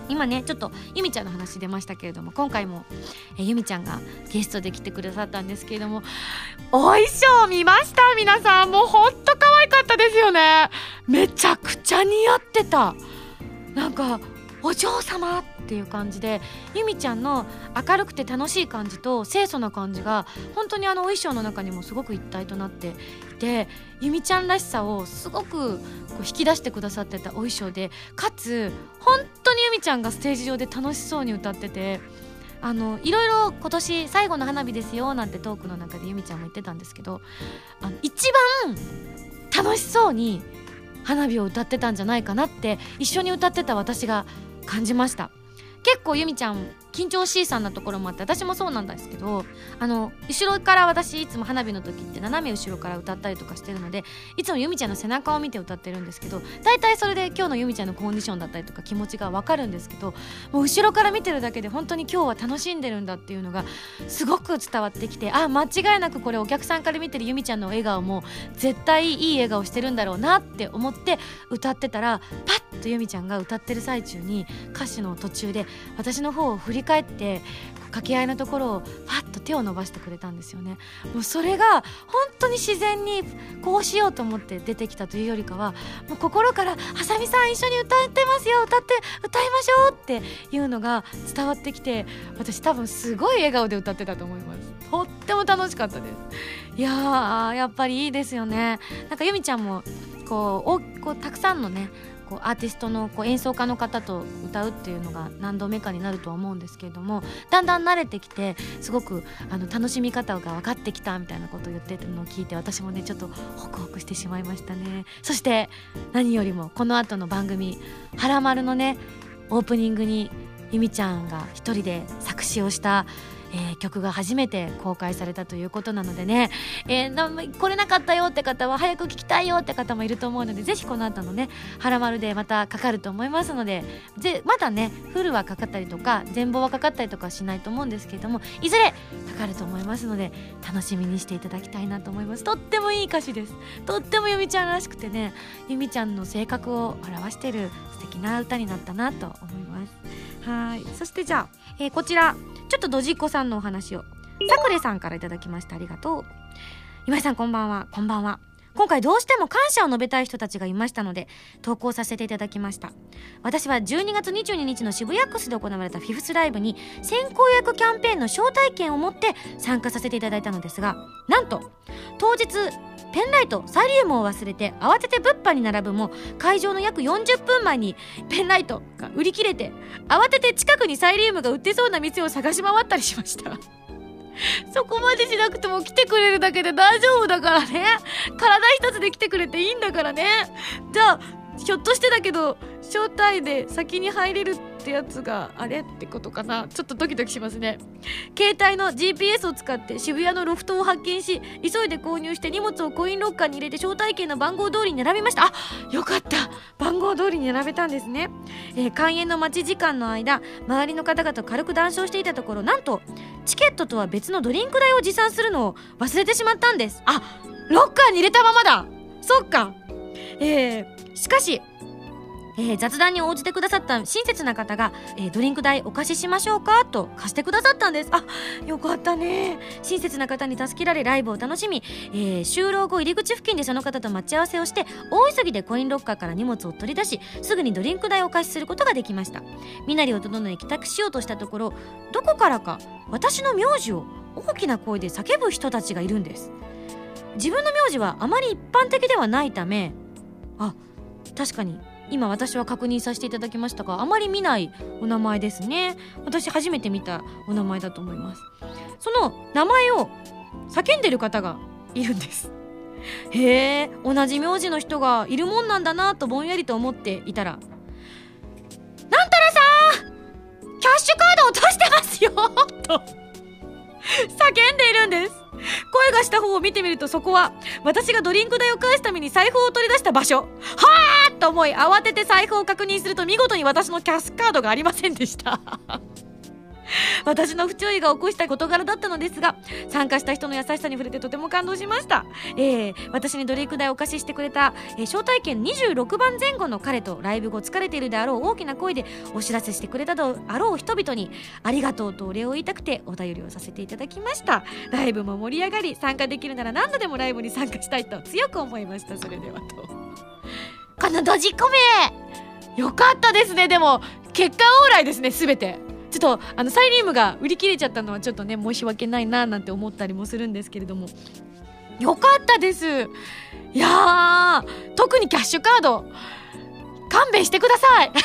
Speaker 1: 今ねちょっとゆみちゃんの話出ましたけれども、今回もえゆみちゃんがゲストで来てくださったんですけれども、お衣装見ました皆さん。もうほんと可愛かったですよね。めちゃくちゃ似合ってた。なんかお嬢様っていう感じで、ゆみちゃんの明るくて楽しい感じと清楚な感じが本当にあのお衣装の中にもすごく一体となっていて、ゆみちゃんらしさをすごくこう引き出してくださってたお衣装で、かつ本当にゆみちゃんがステージ上で楽しそうに歌ってて、あのいろいろ今年最後の花火ですよなんてトークの中でゆみちゃんも言ってたんですけど、あの一番楽しそうに花火を歌ってたんじゃないかなって一緒に歌ってた私が感じました。結構ゆみちゃん緊張しいさんなところもあって、私もそうなんですけど、あの後ろから私いつも花火の時って斜め後ろから歌ったりとかしてるので、いつもゆみちゃんの背中を見て歌ってるんですけど、大体それで今日のゆみちゃんのコンディションだったりとか気持ちがわかるんですけど、もう後ろから見てるだけで本当に今日は楽しんでるんだっていうのがすごく伝わってきて、あ、間違いなくこれお客さんから見てるゆみちゃんの笑顔も絶対いい笑顔してるんだろうなって思って歌ってたら、パッとゆみちゃんが歌ってる最中に歌詞の途中で私の方を振り返って掛け合いのところをパッと手を伸ばしてくれたんですよね。もうそれが本当に自然にこうしようと思って出てきたというよりかは、もう心からはさみさん一緒に歌ってますよ、歌って歌いましょうっていうのが伝わってきて、私多分すごい笑顔で歌ってたと思います。とっても楽しかったです。いやーやっぱりいいですよね。なんかゆみちゃんもこうおこうたくさんのねこうアーティストのこう演奏家の方と歌うっていうのが何度目かになるとは思うんですけれども、だんだん慣れてきてすごくあの楽しみ方が分かってきたみたいなことを言ってるのを聞いて、私もねちょっとホクホクしてしまいましたね。そして何よりもこの後の番組はらまるのねオープニングにゆみちゃんが一人で作詞をしたえー、曲が初めて公開されたということなのでね、えー、な来れなかったよって方は早く聞きたいよって方もいると思うので、ぜひこの後のねはらまるでまたかかると思いますので、ぜまだねフルはかかったりとか全貌はかかったりとかはしないと思うんですけれども、いずれかかると思いますので楽しみにしていただきたいなと思います。とってもいい歌詞です。とってもゆみちゃんらしくてね、ゆみちゃんの性格を表している素敵な歌になったなと思います。はい、そしてじゃあ、えー、こちらちょっとドジっ子さんのお話をさくれさんからいただきました。ありがとう。今井さんこんばんは。こんばんは。今回どうしても感謝を述べたい人たちがいましたので投稿させていただきました。私はじゅうにがつにじゅうににちの渋谷クスで行われたフィフスライブに先行予約キャンペーンの招待券を持って参加させていただいたのですが、なんと当日ペンライトサイリウムを忘れて慌てて物販に並ぶも、会場の約よんじゅっぷんまえにペンライトが売り切れて、慌てて近くにサイリウムが売ってそうな店を探し回ったりしましたそこまでしなくても来てくれるだけで大丈夫だからね。体一つで来てくれていいんだからね。じゃあひょっとしてだけど招待で先に入れるってやつがあれってことかな。ちょっとドキドキしますね。携帯の ジーピーエス を使って渋谷のロフトを発見し、急いで購入して荷物をコインロッカーに入れて招待券の番号通りに並びました。あ、よかった、番号通りに並べたんですね。えー、開演の待ち時間の間、周りの方々と軽く談笑していたところ、なんとチケットとは別のドリンク代を持参するのを忘れてしまったんです。あ、ロッカーに入れたままだ。そっか。えー、しかしえー、雑談に応じてくださった親切な方が、えー、ドリンク代お貸ししましょうかと貸してくださったんです。あ、よかったね。親切な方に助けられライブを楽しみ、えー、就労後入り口付近でその方と待ち合わせをして、大急ぎでコインロッカーから荷物を取り出し、すぐにドリンク代をお貸しすることができました。身なりを整え帰宅しようとしたところ、どこからか私の名字を大きな声で叫ぶ人たちがいるんです。自分の名字はあまり一般的ではないため、あ、確かに今私は確認させていただきましたが、あまり見ないお名前ですね。私初めて見たお名前だと思います。その名前を叫んでる方がいるんです。へえ、同じ名字の人がいるもんなんだなとぼんやりと思っていたら、なんたらさんキャッシュカード落としてますよと叫んでいるんです。声がした方を見てみると、そこは私がドリンク代を返すために財布を取り出した場所。はーっと思い慌てて財布を確認すると、見事に私のキャッシュカードがありませんでした私の不注意が起こした事柄だったのですが、参加した人の優しさに触れてとても感動しました。えー、私にドリンク代をお貸ししてくれた、えー、招待券にじゅうろくばんぜん後の彼とライブ後疲れているであろう大きな声でお知らせしてくれたであろう人々にありがとうとお礼を言いたくてお便りをさせていただきました。ライブも盛り上がり、参加できるなら何度でもライブに参加したいと強く思いました。それではと、このドジコメよかったですね。でも結果オーライですね。すべてちょっとあのサイリウムが売り切れちゃったのはちょっとね申し訳ないななんて思ったりもするんですけれども、よかったです。いやー、特にキャッシュカード勘弁してください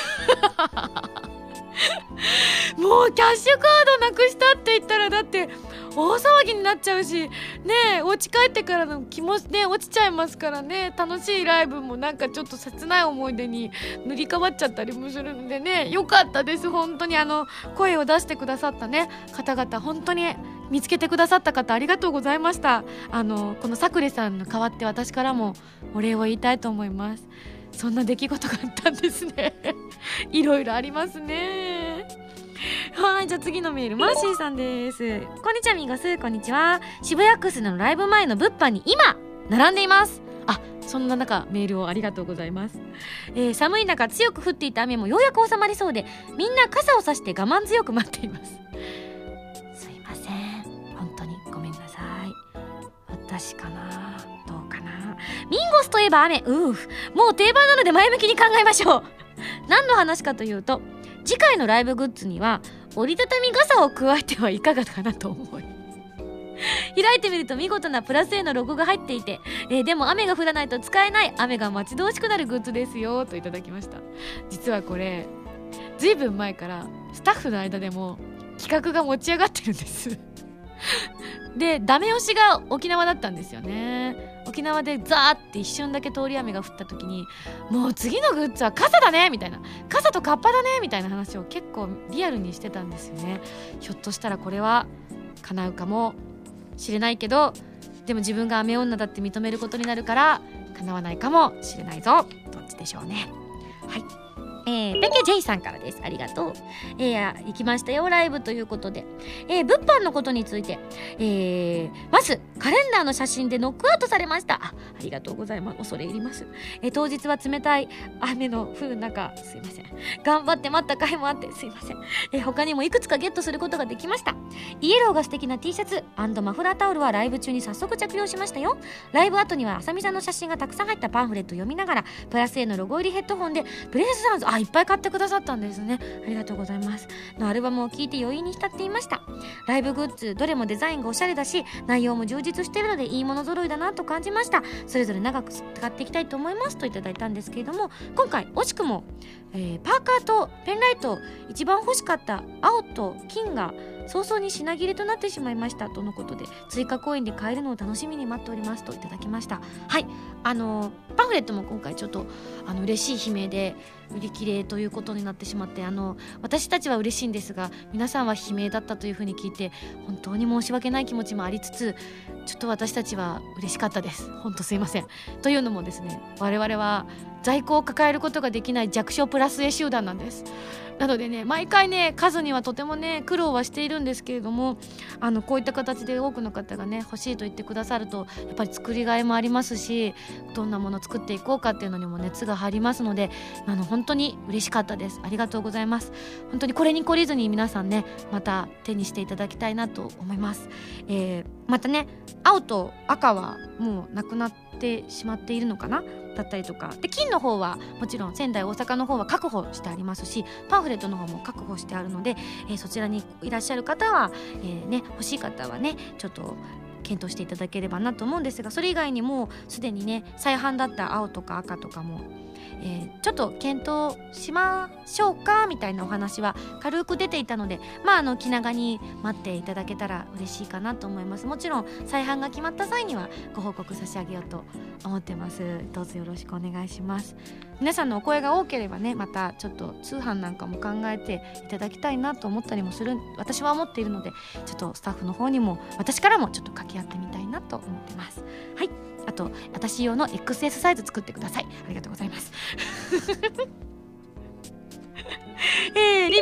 Speaker 1: もうキャッシュカードなくしたって言ったらだって大騒ぎになっちゃうしね、えお家帰ってからの気もね落ちちゃいますからね。楽しいライブもなんかちょっと切ない思い出に塗り替わっちゃったりもするんでね、よかったです。本当にあの声を出してくださったね方々、本当に見つけてくださった方ありがとうございました。あのこのさくれさんの代わって私からもお礼を言いたいと思います。そんな出来事があったんですねいろいろありますね。はい、じゃあ次のメール、マーシーさんです。こんにちはミゴス、こんにちは。渋谷クスのライブ前の物販に今並んでいます。あ、そんな中メールをありがとうございます。えー、寒い中強く降っていた雨もようやく収まりそうで、みんな傘を差して我慢強く待っています。すいません、本当にごめんなさい。私かな、どうかな。ミンゴスといえば雨、うーもう定番なので前向きに考えましょう何の話かというと、次回のライブグッズには折りたたみ傘を加えてはいかがかなと思い開いてみると見事なプラス A のロゴが入っていて、えー、でも雨が降らないと使えない雨が待ち遠しくなるグッズですよといただきました。実はこれずいぶん前からスタッフの間でも企画が持ち上がってるんですでダメ押しが沖縄だったんですよね。沖縄でザーって一瞬だけ通り雨が降った時に、もう次のグッズは傘だねみたいな、傘とカッパだねみたいな話を結構リアルにしてたんですよね。ひょっとしたらこれは叶うかもしれないけど、でも自分が雨女だって認めることになるから叶わないかもしれないぞ。どっちでしょうね。はい、えー、ペケ J さんからです。ありがとう。えー、行きましたよライブということで、えー、物販のことについて、えー、まずカレンダーの写真でノックアウトされました。 あ, ありがとうございます。恐れ入ります。えー、当日は冷たい雨の降る中すいません、頑張って待った甲斐もあってすいません。えー、他にもいくつかゲットすることができました。イエローが素敵な T シャツ&マフラータオルはライブ中に早速着用しましたよ。ライブ後にはあさみさんの写真がたくさん入ったパンフレット読みながらプラス A のロゴ入りヘッドホンでプレイスサウンズ、あ、いっぱい買ってくださったんですね。ありがとうございます。のアルバムを聴いて余韻に浸っていました。ライブグッズどれもデザインがおしゃれだし内容も充実しているのでいいもの揃いだなと感じました。それぞれ長く使っていきたいと思いますといただいたんですけれども、今回惜しくも、えー、パーカーとペンライト一番欲しかった青と金が早々に品切れとなってしまいましたとのことで、追加コインで買えるのを楽しみに待っておりますといただきました。はい、あのパンフレットも今回ちょっとあの嬉しい悲鳴で売り切れということになってしまって、あの私たちは嬉しいんですが皆さんは悲鳴だったというふうに聞いて本当に申し訳ない気持ちもありつつ、ちょっと私たちは嬉しかったです。本当すいません。というのもですね、我々は在庫を抱えることができない弱小プラス A 集団なんです。なのでね、毎回ね数にはとてもね苦労はしているんですけれども、あのこういった形で多くの方がね欲しいと言ってくださるとやっぱり作りがいもありますし、どんなものを作っていこうかっていうのにも熱が入りますので、あの本当に嬉しかったです。ありがとうございます。本当にこれに懲りずに皆さんねまた手にしていただきたいなと思います。えー、またね青と赤はもうなくなってしまっているのかなだったりとかで、金の方はもちろん仙台大阪の方は確保してありますし、パンフレットの方も確保してあるので、えー、そちらにいらっしゃる方は、えーね、欲しい方はねちょっと検討していただければなと思うんですが、それ以外にもすでにね再販だった青とか赤とかも、えー、ちょっと検討しましょうかみたいなお話は軽く出ていたので、まああの気長に待っていただけたら嬉しいかなと思います。もちろん再販が決まった際にはご報告差し上げようと思ってます。どうぞよろしくお願いします。皆さんのお声が多ければねまたちょっと通販なんかも考えていただきたいなと思ったりもする、私は思っているので、ちょっとスタッフの方にも私からもちょっと掛け合ってみたいなと思ってます。はい、あと私用の エックスエス サイズ作ってください。ありがとうございますえー、リ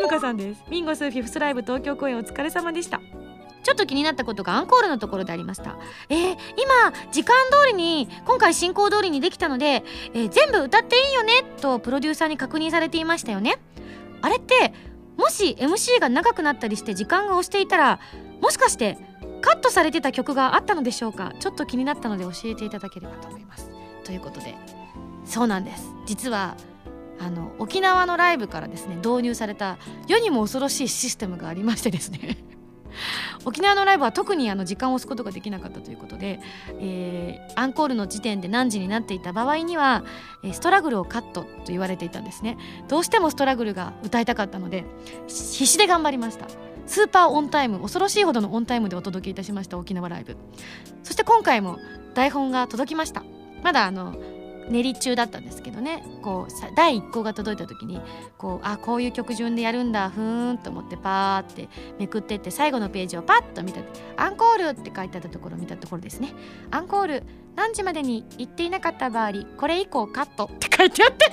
Speaker 1: ムカさんです。ミンゴスフィフスライブ東京公演お疲れ様でした。ちょっと気になったことがアンコールのところでありました。えー、今時間通りに今回進行通りにできたので、えー、全部歌っていいよねとプロデューサーに確認されていましたよね。あれってもし エムシー が長くなったりして時間が押していたら、もしかしてカットされてた曲があったのでしょうか。ちょっと気になったので教えていただければと思います。ということで、そうなんです。実はあの沖縄のライブからですね導入された世にも恐ろしいシステムがありましてですね沖縄のライブは特にあの時間を押すことができなかったということで、えー、アンコールの時点で何時になっていた場合にはストラグルをカットと言われていたんですね。どうしてもストラグルが歌いたかったので必死で頑張りました。スーパーオンタイム、恐ろしいほどのオンタイムでお届けいたしました沖縄ライブ。そして今回も台本が届きました。まだあの練り中だったんですけどね、こうだいいっこが届いた時にこうあこういう曲順でやるんだふーんと思ってパーってめくってって最後のページをパッと見た、アンコールって書いてあったところを見たところですね、アンコール何時までに行っていなかった場合これ以降カットって書いてあって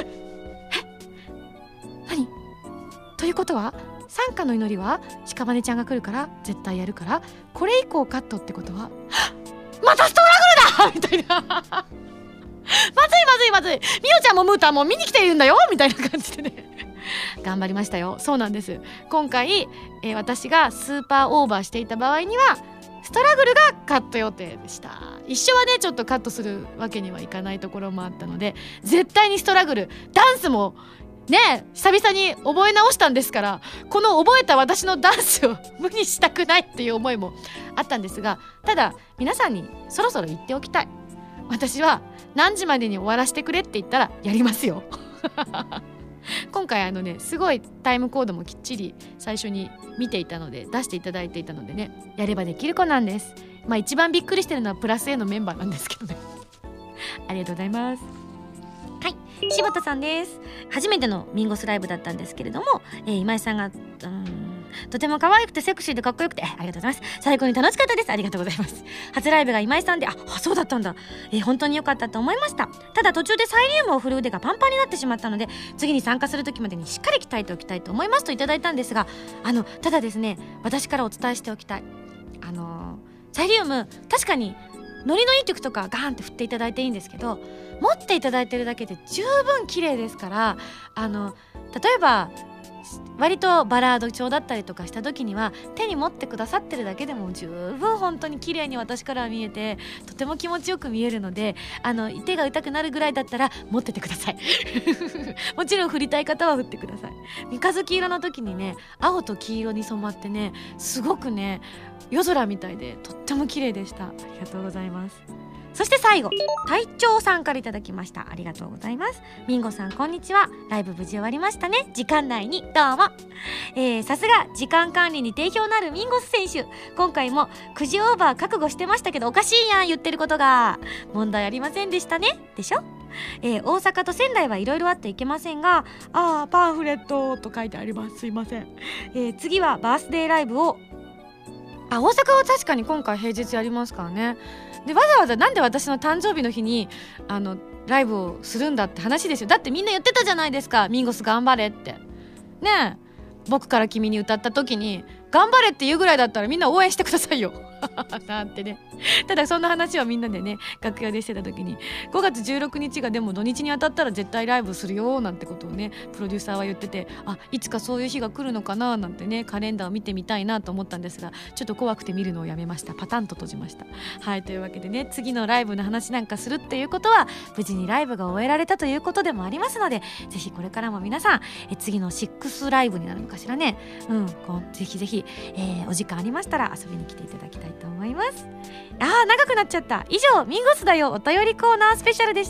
Speaker 1: え何ということは参加の祈りは屍ちゃんが来るから絶対やるからこれ以降カットってことはまたストラグルだみたいなまずいまずいまずい、みおちゃんもムータンも見に来ているんだよみたいな感じでね頑張りましたよ。そうなんです。今回、えー、私がスーパーオーバーしていた場合にはストラグルがカット予定でした。一緒はねちょっとカットするわけにはいかないところもあったので絶対にストラグル、ダンスもね久々に覚え直したんですから、この覚えた私のダンスを無にしたくないっていう思いもあったんですが、ただ皆さんにそろそろ言っておきたい。私は何時までに終わらせてくれって言ったらやりますよ今回あのねすごいタイムコードもきっちり最初に見ていたので出していただいていたのでね、やればできる子なんです。まあ一番びっくりしてるのはプラス A のメンバーなんですけどねありがとうございます。はい、柴田さんです。初めてのミンゴスライブだったんですけれども、えー、今井さんがうーんとても可愛くてセクシーでかっこよくてありがとうございます。最高に楽しかったです。ありがとうございます。初ライブが今井さんで、あ、そうだったんだ、えー、本当に良かったと思いました。ただ途中でサイリウムを振る腕がパンパンになってしまったので次に参加する時までにしっかり鍛えておきたいと思いますといただいたんですが、あのただですね私からお伝えしておきたい、あのー、サイリウム確かにノリのいい曲とかガーンって振っていただいていいんですけど、持っていただいてるだけで十分綺麗ですから、あの例えば割とバラード調だったりとかした時には手に持ってくださってるだけでも十分本当に綺麗に私からは見えてとても気持ちよく見えるので、あの手が痛くなるぐらいだったら持っててくださいもちろん振りたい方は振ってください。三日月色の時にね青と黄色に染まってねすごくね夜空みたいでとっても綺麗でした。ありがとうございます。そして最後隊長さんからいただきました。ありがとうございます。ミンゴさんこんにちは。ライブ無事終わりましたね。時間内にどうも。えー、さすが時間管理に定評のあるミンゴス選手、今回もくじオーバー覚悟してましたけどおかしいやん言ってることが。問題ありませんでしたねでしょ。えー、大阪と仙台はいろいろあっていけませんが、あーパンフレットと書いてあります。すいません。えー、次はバースデーライブを、あ、大阪は確かに今回平日やりますからね。でわざわざなんで私の誕生日の日にあのライブをするんだって話ですよ。だってみんな言ってたじゃないですか、ミンゴス頑張れってね。え僕から君に歌った時に頑張れって言うぐらいだったらみんな応援してくださいよなんてね。ただそんな話はみんなでね楽屋でしてた時に、ごがつじゅうろくにちがでも土日に当たったら絶対ライブするよなんてことをねプロデューサーは言ってて、あ、いつかそういう日が来るのかななんてねカレンダーを見てみたいなと思ったんですが、ちょっと怖くて見るのをやめました。パタンと閉じました。はい、というわけでね次のライブの話なんかするっていうことは無事にライブが終えられたということでもありますので、ぜひこれからも皆さんえ次のシックスライブになるのかしらね、うんこうぜひぜひ、えー、お時間ありましたら遊びに来ていただきたいと思います。あー長くなっちゃった。以上ミンゴスだよお便りコーナースペシャルでした。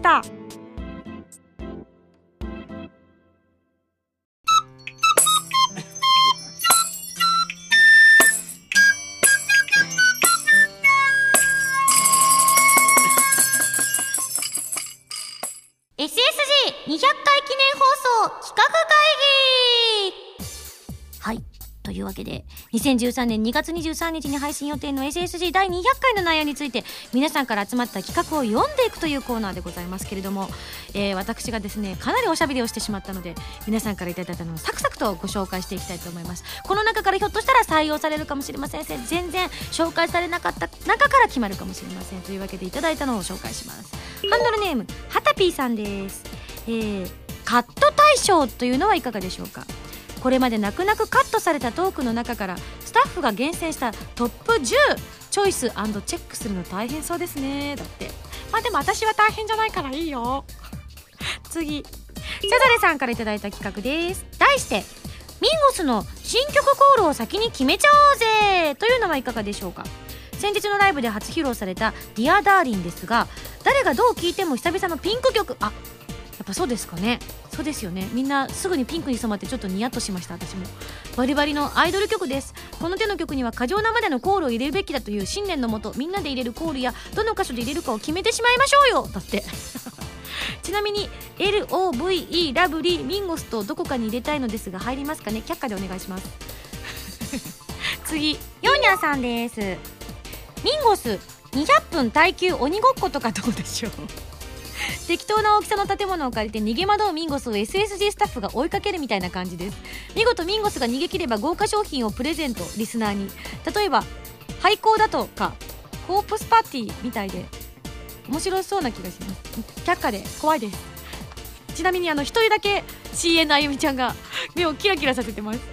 Speaker 1: エスエスジーにひゃっかい記念放送企画会議。はい、というわけでにせんじゅうさんねんにがつにじゅうさんにちに配信予定の エスエスジー だいにひゃっかいの内容について皆さんから集まった企画を読んでいくというコーナーでございますけれども、えー、私がですねかなりおしゃべりをしてしまったので皆さんからいただいたのをサクサクとご紹介していきたいと思います。この中からひょっとしたら採用されるかもしれません。全然紹介されなかった中から決まるかもしれません。というわけでいただいたのを紹介します。ハンドルネームはたぴーさんです。えー、カット大賞というのはいかがでしょうか。これまで泣く泣くカットされたトークの中からスタッフが厳選したトップじゅうチョイス&チェックするの大変そうですね。だって。まあでも私は大変じゃないからいいよ。次、セザレさんからいただいた企画です。題してミンゴスの新曲コールを先に決めちゃおうぜというのはいかがでしょうか。先日のライブで初披露されたディアダーリンですが、誰がどう聴いても久々のピンク曲。あ、やっぱそうですかね。そうですよね。みんなすぐにピンクに染まってちょっとニヤッとしました。私もバリバリのアイドル曲です。この手の曲には過剰なまでのコールを入れるべきだという信念のもと、みんなで入れるコールやどの箇所で入れるかを決めてしまいましょうよ。だってちなみに エルオーブイイー ラブリーミンゴスとどこかに入れたいのですが入りますかね。却下でお願いします次、ヨニャさんです。ミンゴスにひゃっぷん耐久鬼ごっことかどうでしょう適当な大きさの建物を借りて逃げ惑うミンゴスを エスエスジー スタッフが追いかけるみたいな感じです。見事ミンゴスが逃げ切れば豪華商品をプレゼントリスナーに。例えば廃校だとかコープスパーティーみたいで面白そうな気がします。却下で怖いです。ちなみにあの一人だけ シーエヌ あゆみちゃんが目をキラキラさせてます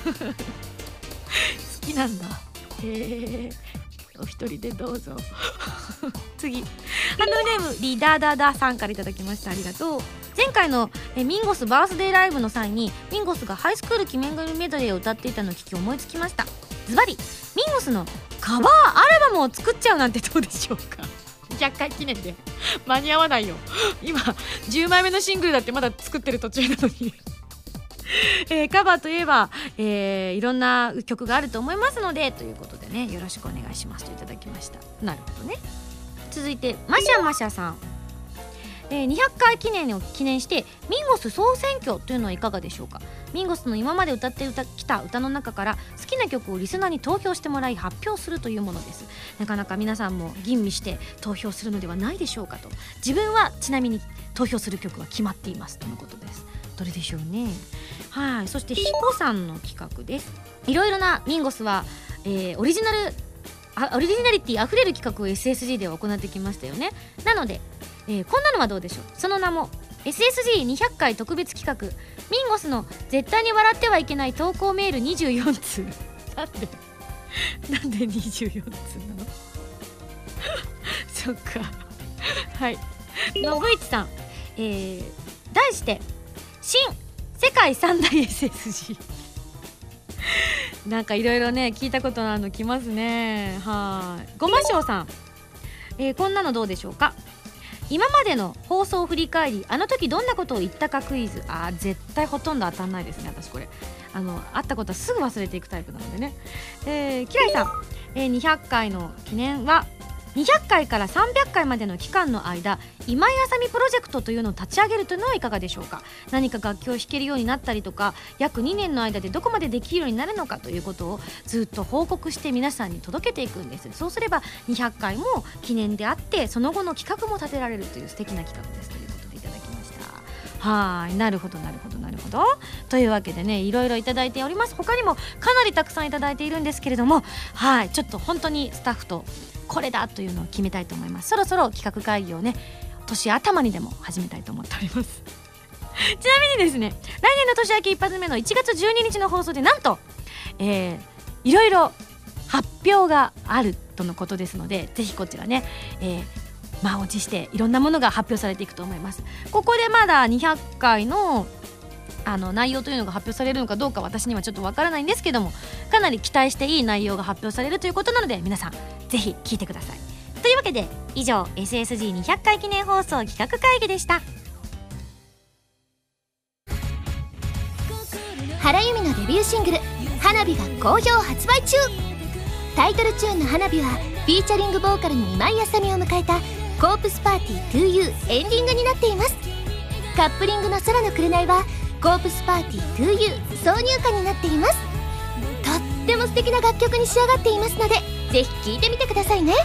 Speaker 1: 好きなんだ。へえ、お一人でどうぞ次、ハンドルネームリダーダーダーさんからいただきました。ありがとう。前回のえミンゴスバースデーライブの際にミンゴスがハイスクール記念組メドレーを歌っていたのを聞き思いつきました。ズバリミンゴスのカバーアルバムを作っちゃうなんてどうでしょうか。ひゃっかい記念で間に合わないよ。今じゅうまいめのシングルだってまだ作ってる途中なのにえー、カバーといえば、えー、いろんな曲があると思いますのでということでね、よろしくお願いしますといただきました。なるほどね。続いてマシャマシャさん、えー、にひゃっかい記念を記念してミンゴス総選挙というのはいかがでしょうか。ミンゴスの今まで歌ってきた歌の中から好きな曲をリスナーに投票してもらい発表するというものです。なかなか皆さんも吟味して投票するのではないでしょうかと。自分はちなみに投票する曲は決まっていますとのことです。どれでしょうね。はい。そしてヒコさんの企画です。いろいろなミンゴスは、えー、オリジナルあオリジナリティあふれる企画を エスエスジー では行ってきましたよね。なので、えー、こんなのはどうでしょう。その名も エスエスジーにひゃっかい特別企画ミンゴスの絶対に笑ってはいけない投稿メールにじゅうよんつうなんでなんでにじゅうよんつうなのそっかはいのぶいちさん、えー、題して新世界三大 エスエスジー なんかいろいろね聞いたことあるのきますね。はい。ごましょうさん、えー、こんなのどうでしょうか。今までの放送を振り返りあの時どんなことを言ったかクイズ。あー絶対ほとんど当たんないですね私これ。あのあったことはすぐ忘れていくタイプなのでね。えー、キライさん、えー、にひゃっかいの記念はにひゃっかいからさんびゃっかいまでの期間の間今井あさみプロジェクトというのを立ち上げるというのはいかがでしょうか。何か楽器を弾けるようになったりとか約にねんの間でどこまでできるようになるのかということをずっと報告して皆さんに届けていくんです。そうすればにひゃっかいも記念であってその後の企画も立てられるという素敵な企画ですということでいただきました。はい、なるほどなるほどなるほどというわけでねいろいろいただいております。他にもかなりたくさんいただいているんですけれども、はいちょっと本当にスタッフとこれだというのを決めたいと思います。そろそろ企画会議をね年頭にでも始めたいと思っておりますちなみにですね来年の年明け一発目のいちがつじゅうににちの放送でなんと、えー、いろいろ発表があるとのことですのでぜひこちらね、えー、満を持していろんなものが発表されていくと思います。ここでまだにひゃっかいのあの内容というのが発表されるのかどうか私にはちょっとわからないんですけどもかなり期待していい内容が発表されるということなので皆さんぜひ聞いてください。というわけで以上 エスエスジーにひゃっかい記念放送企画会議でした。
Speaker 3: 原由美のデビューシングル「花火」が好評発売中。タイトルチューンの「花火」はフィーチャリングボーカルの今井あさみを迎えた「コープスパーティー トゥーユー」エンディングになっています。カップリングの「空の紅」はコープスパーティー トゥーユー 挿入歌になっています。とっっても素敵な楽曲に仕上がっていますので、ぜひ聴いてみてくださいね。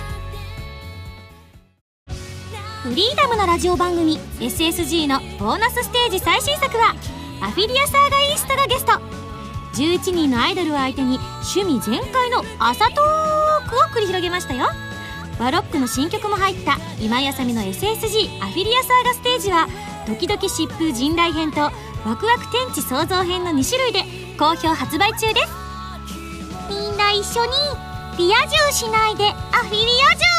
Speaker 1: フリーダムのラジオ番組 エスエスジー のボーナスステージ最新作はアフィリアサーガイーストがゲスト。じゅういちにんのアイドルを相手に趣味全開の朝トークを繰り広げましたよ。バロックの新曲も入った今井あさみの エスエスジー アフィリアサーガステージはドキドキ疾風陣雷編とワクワク天地創造編のに種類で好評発売中です。みんな一緒にリア充しないでアフィリア充。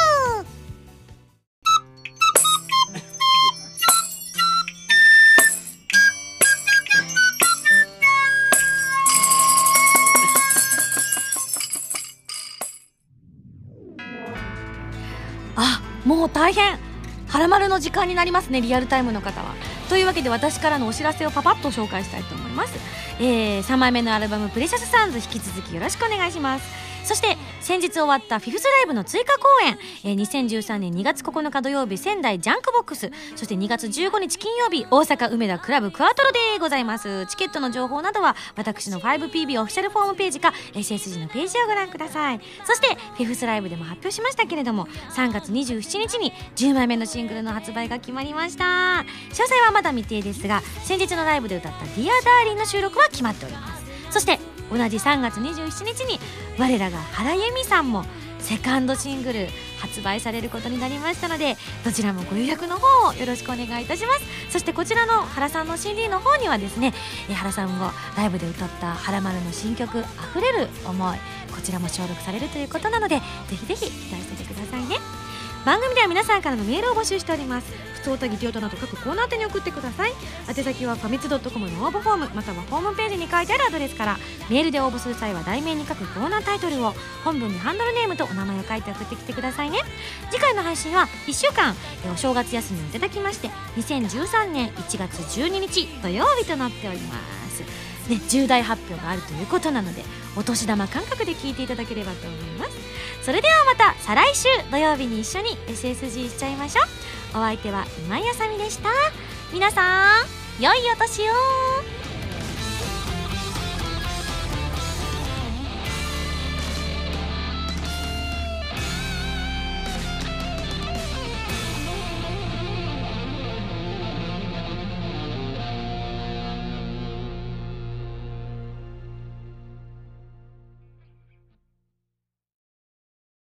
Speaker 1: あ、もう大変はらまるの時間になりますね、リアルタイムの方は。というわけで私からのお知らせをパパッと紹介したいと思います。えー、さんまいめのアルバムプレシャスサンズ引き続きよろしくお願いします。そして先日終わったフィフスライブの追加公演、えー、にせんじゅうさんねんにがつここのか土曜日仙台ジャンクボックス、そしてにがつじゅうごにち金曜日大阪梅田クラブクアトロでございます。チケットの情報などは私の ファイブピービー オフィシャルフォームページか エスエスジー のページをご覧ください。そしてフィフスライブでも発表しましたけれども、さんがつにじゅうしちにちにじゅうまいめのシングルの発売が決まりました。詳細はまだ未定ですが、先日のライブで歌った Dear Darling の収録は決まっております。そして同じさんがつにじゅうしちにちに我らが原由美さんもセカンドシングル発売されることになりましたので、どちらもご予約の方をよろしくお願いいたします。そしてこちらの原さんの シーディー の方にはですね、え原さんがライブで歌ったはらまるの新曲あふれる思い、こちらも収録されるということなので、ぜひぜひ期待していてくださいね。番組では皆さんからのメールを募集しております。普通歌ギテオタなど各コーナー宛てに送ってください。宛先はファミツ .com の応募フォームまたはホームページに書いてあるアドレスから。メールで応募する際は題名に書くコーナータイトルを、本文にハンドルネームとお名前を書いて送ってきてくださいね。次回の配信はいっしゅうかんお正月休みをいただきましてにせんじゅうさんねんいちがつじゅうににち土曜日となっておりますね。重大発表があるということなので、お年玉感覚で聞いていただければと思います。それではまた再来週土曜日に一緒に エスエスジー しちゃいましょう。お相手は今井あさみでした。皆さん良いお年を。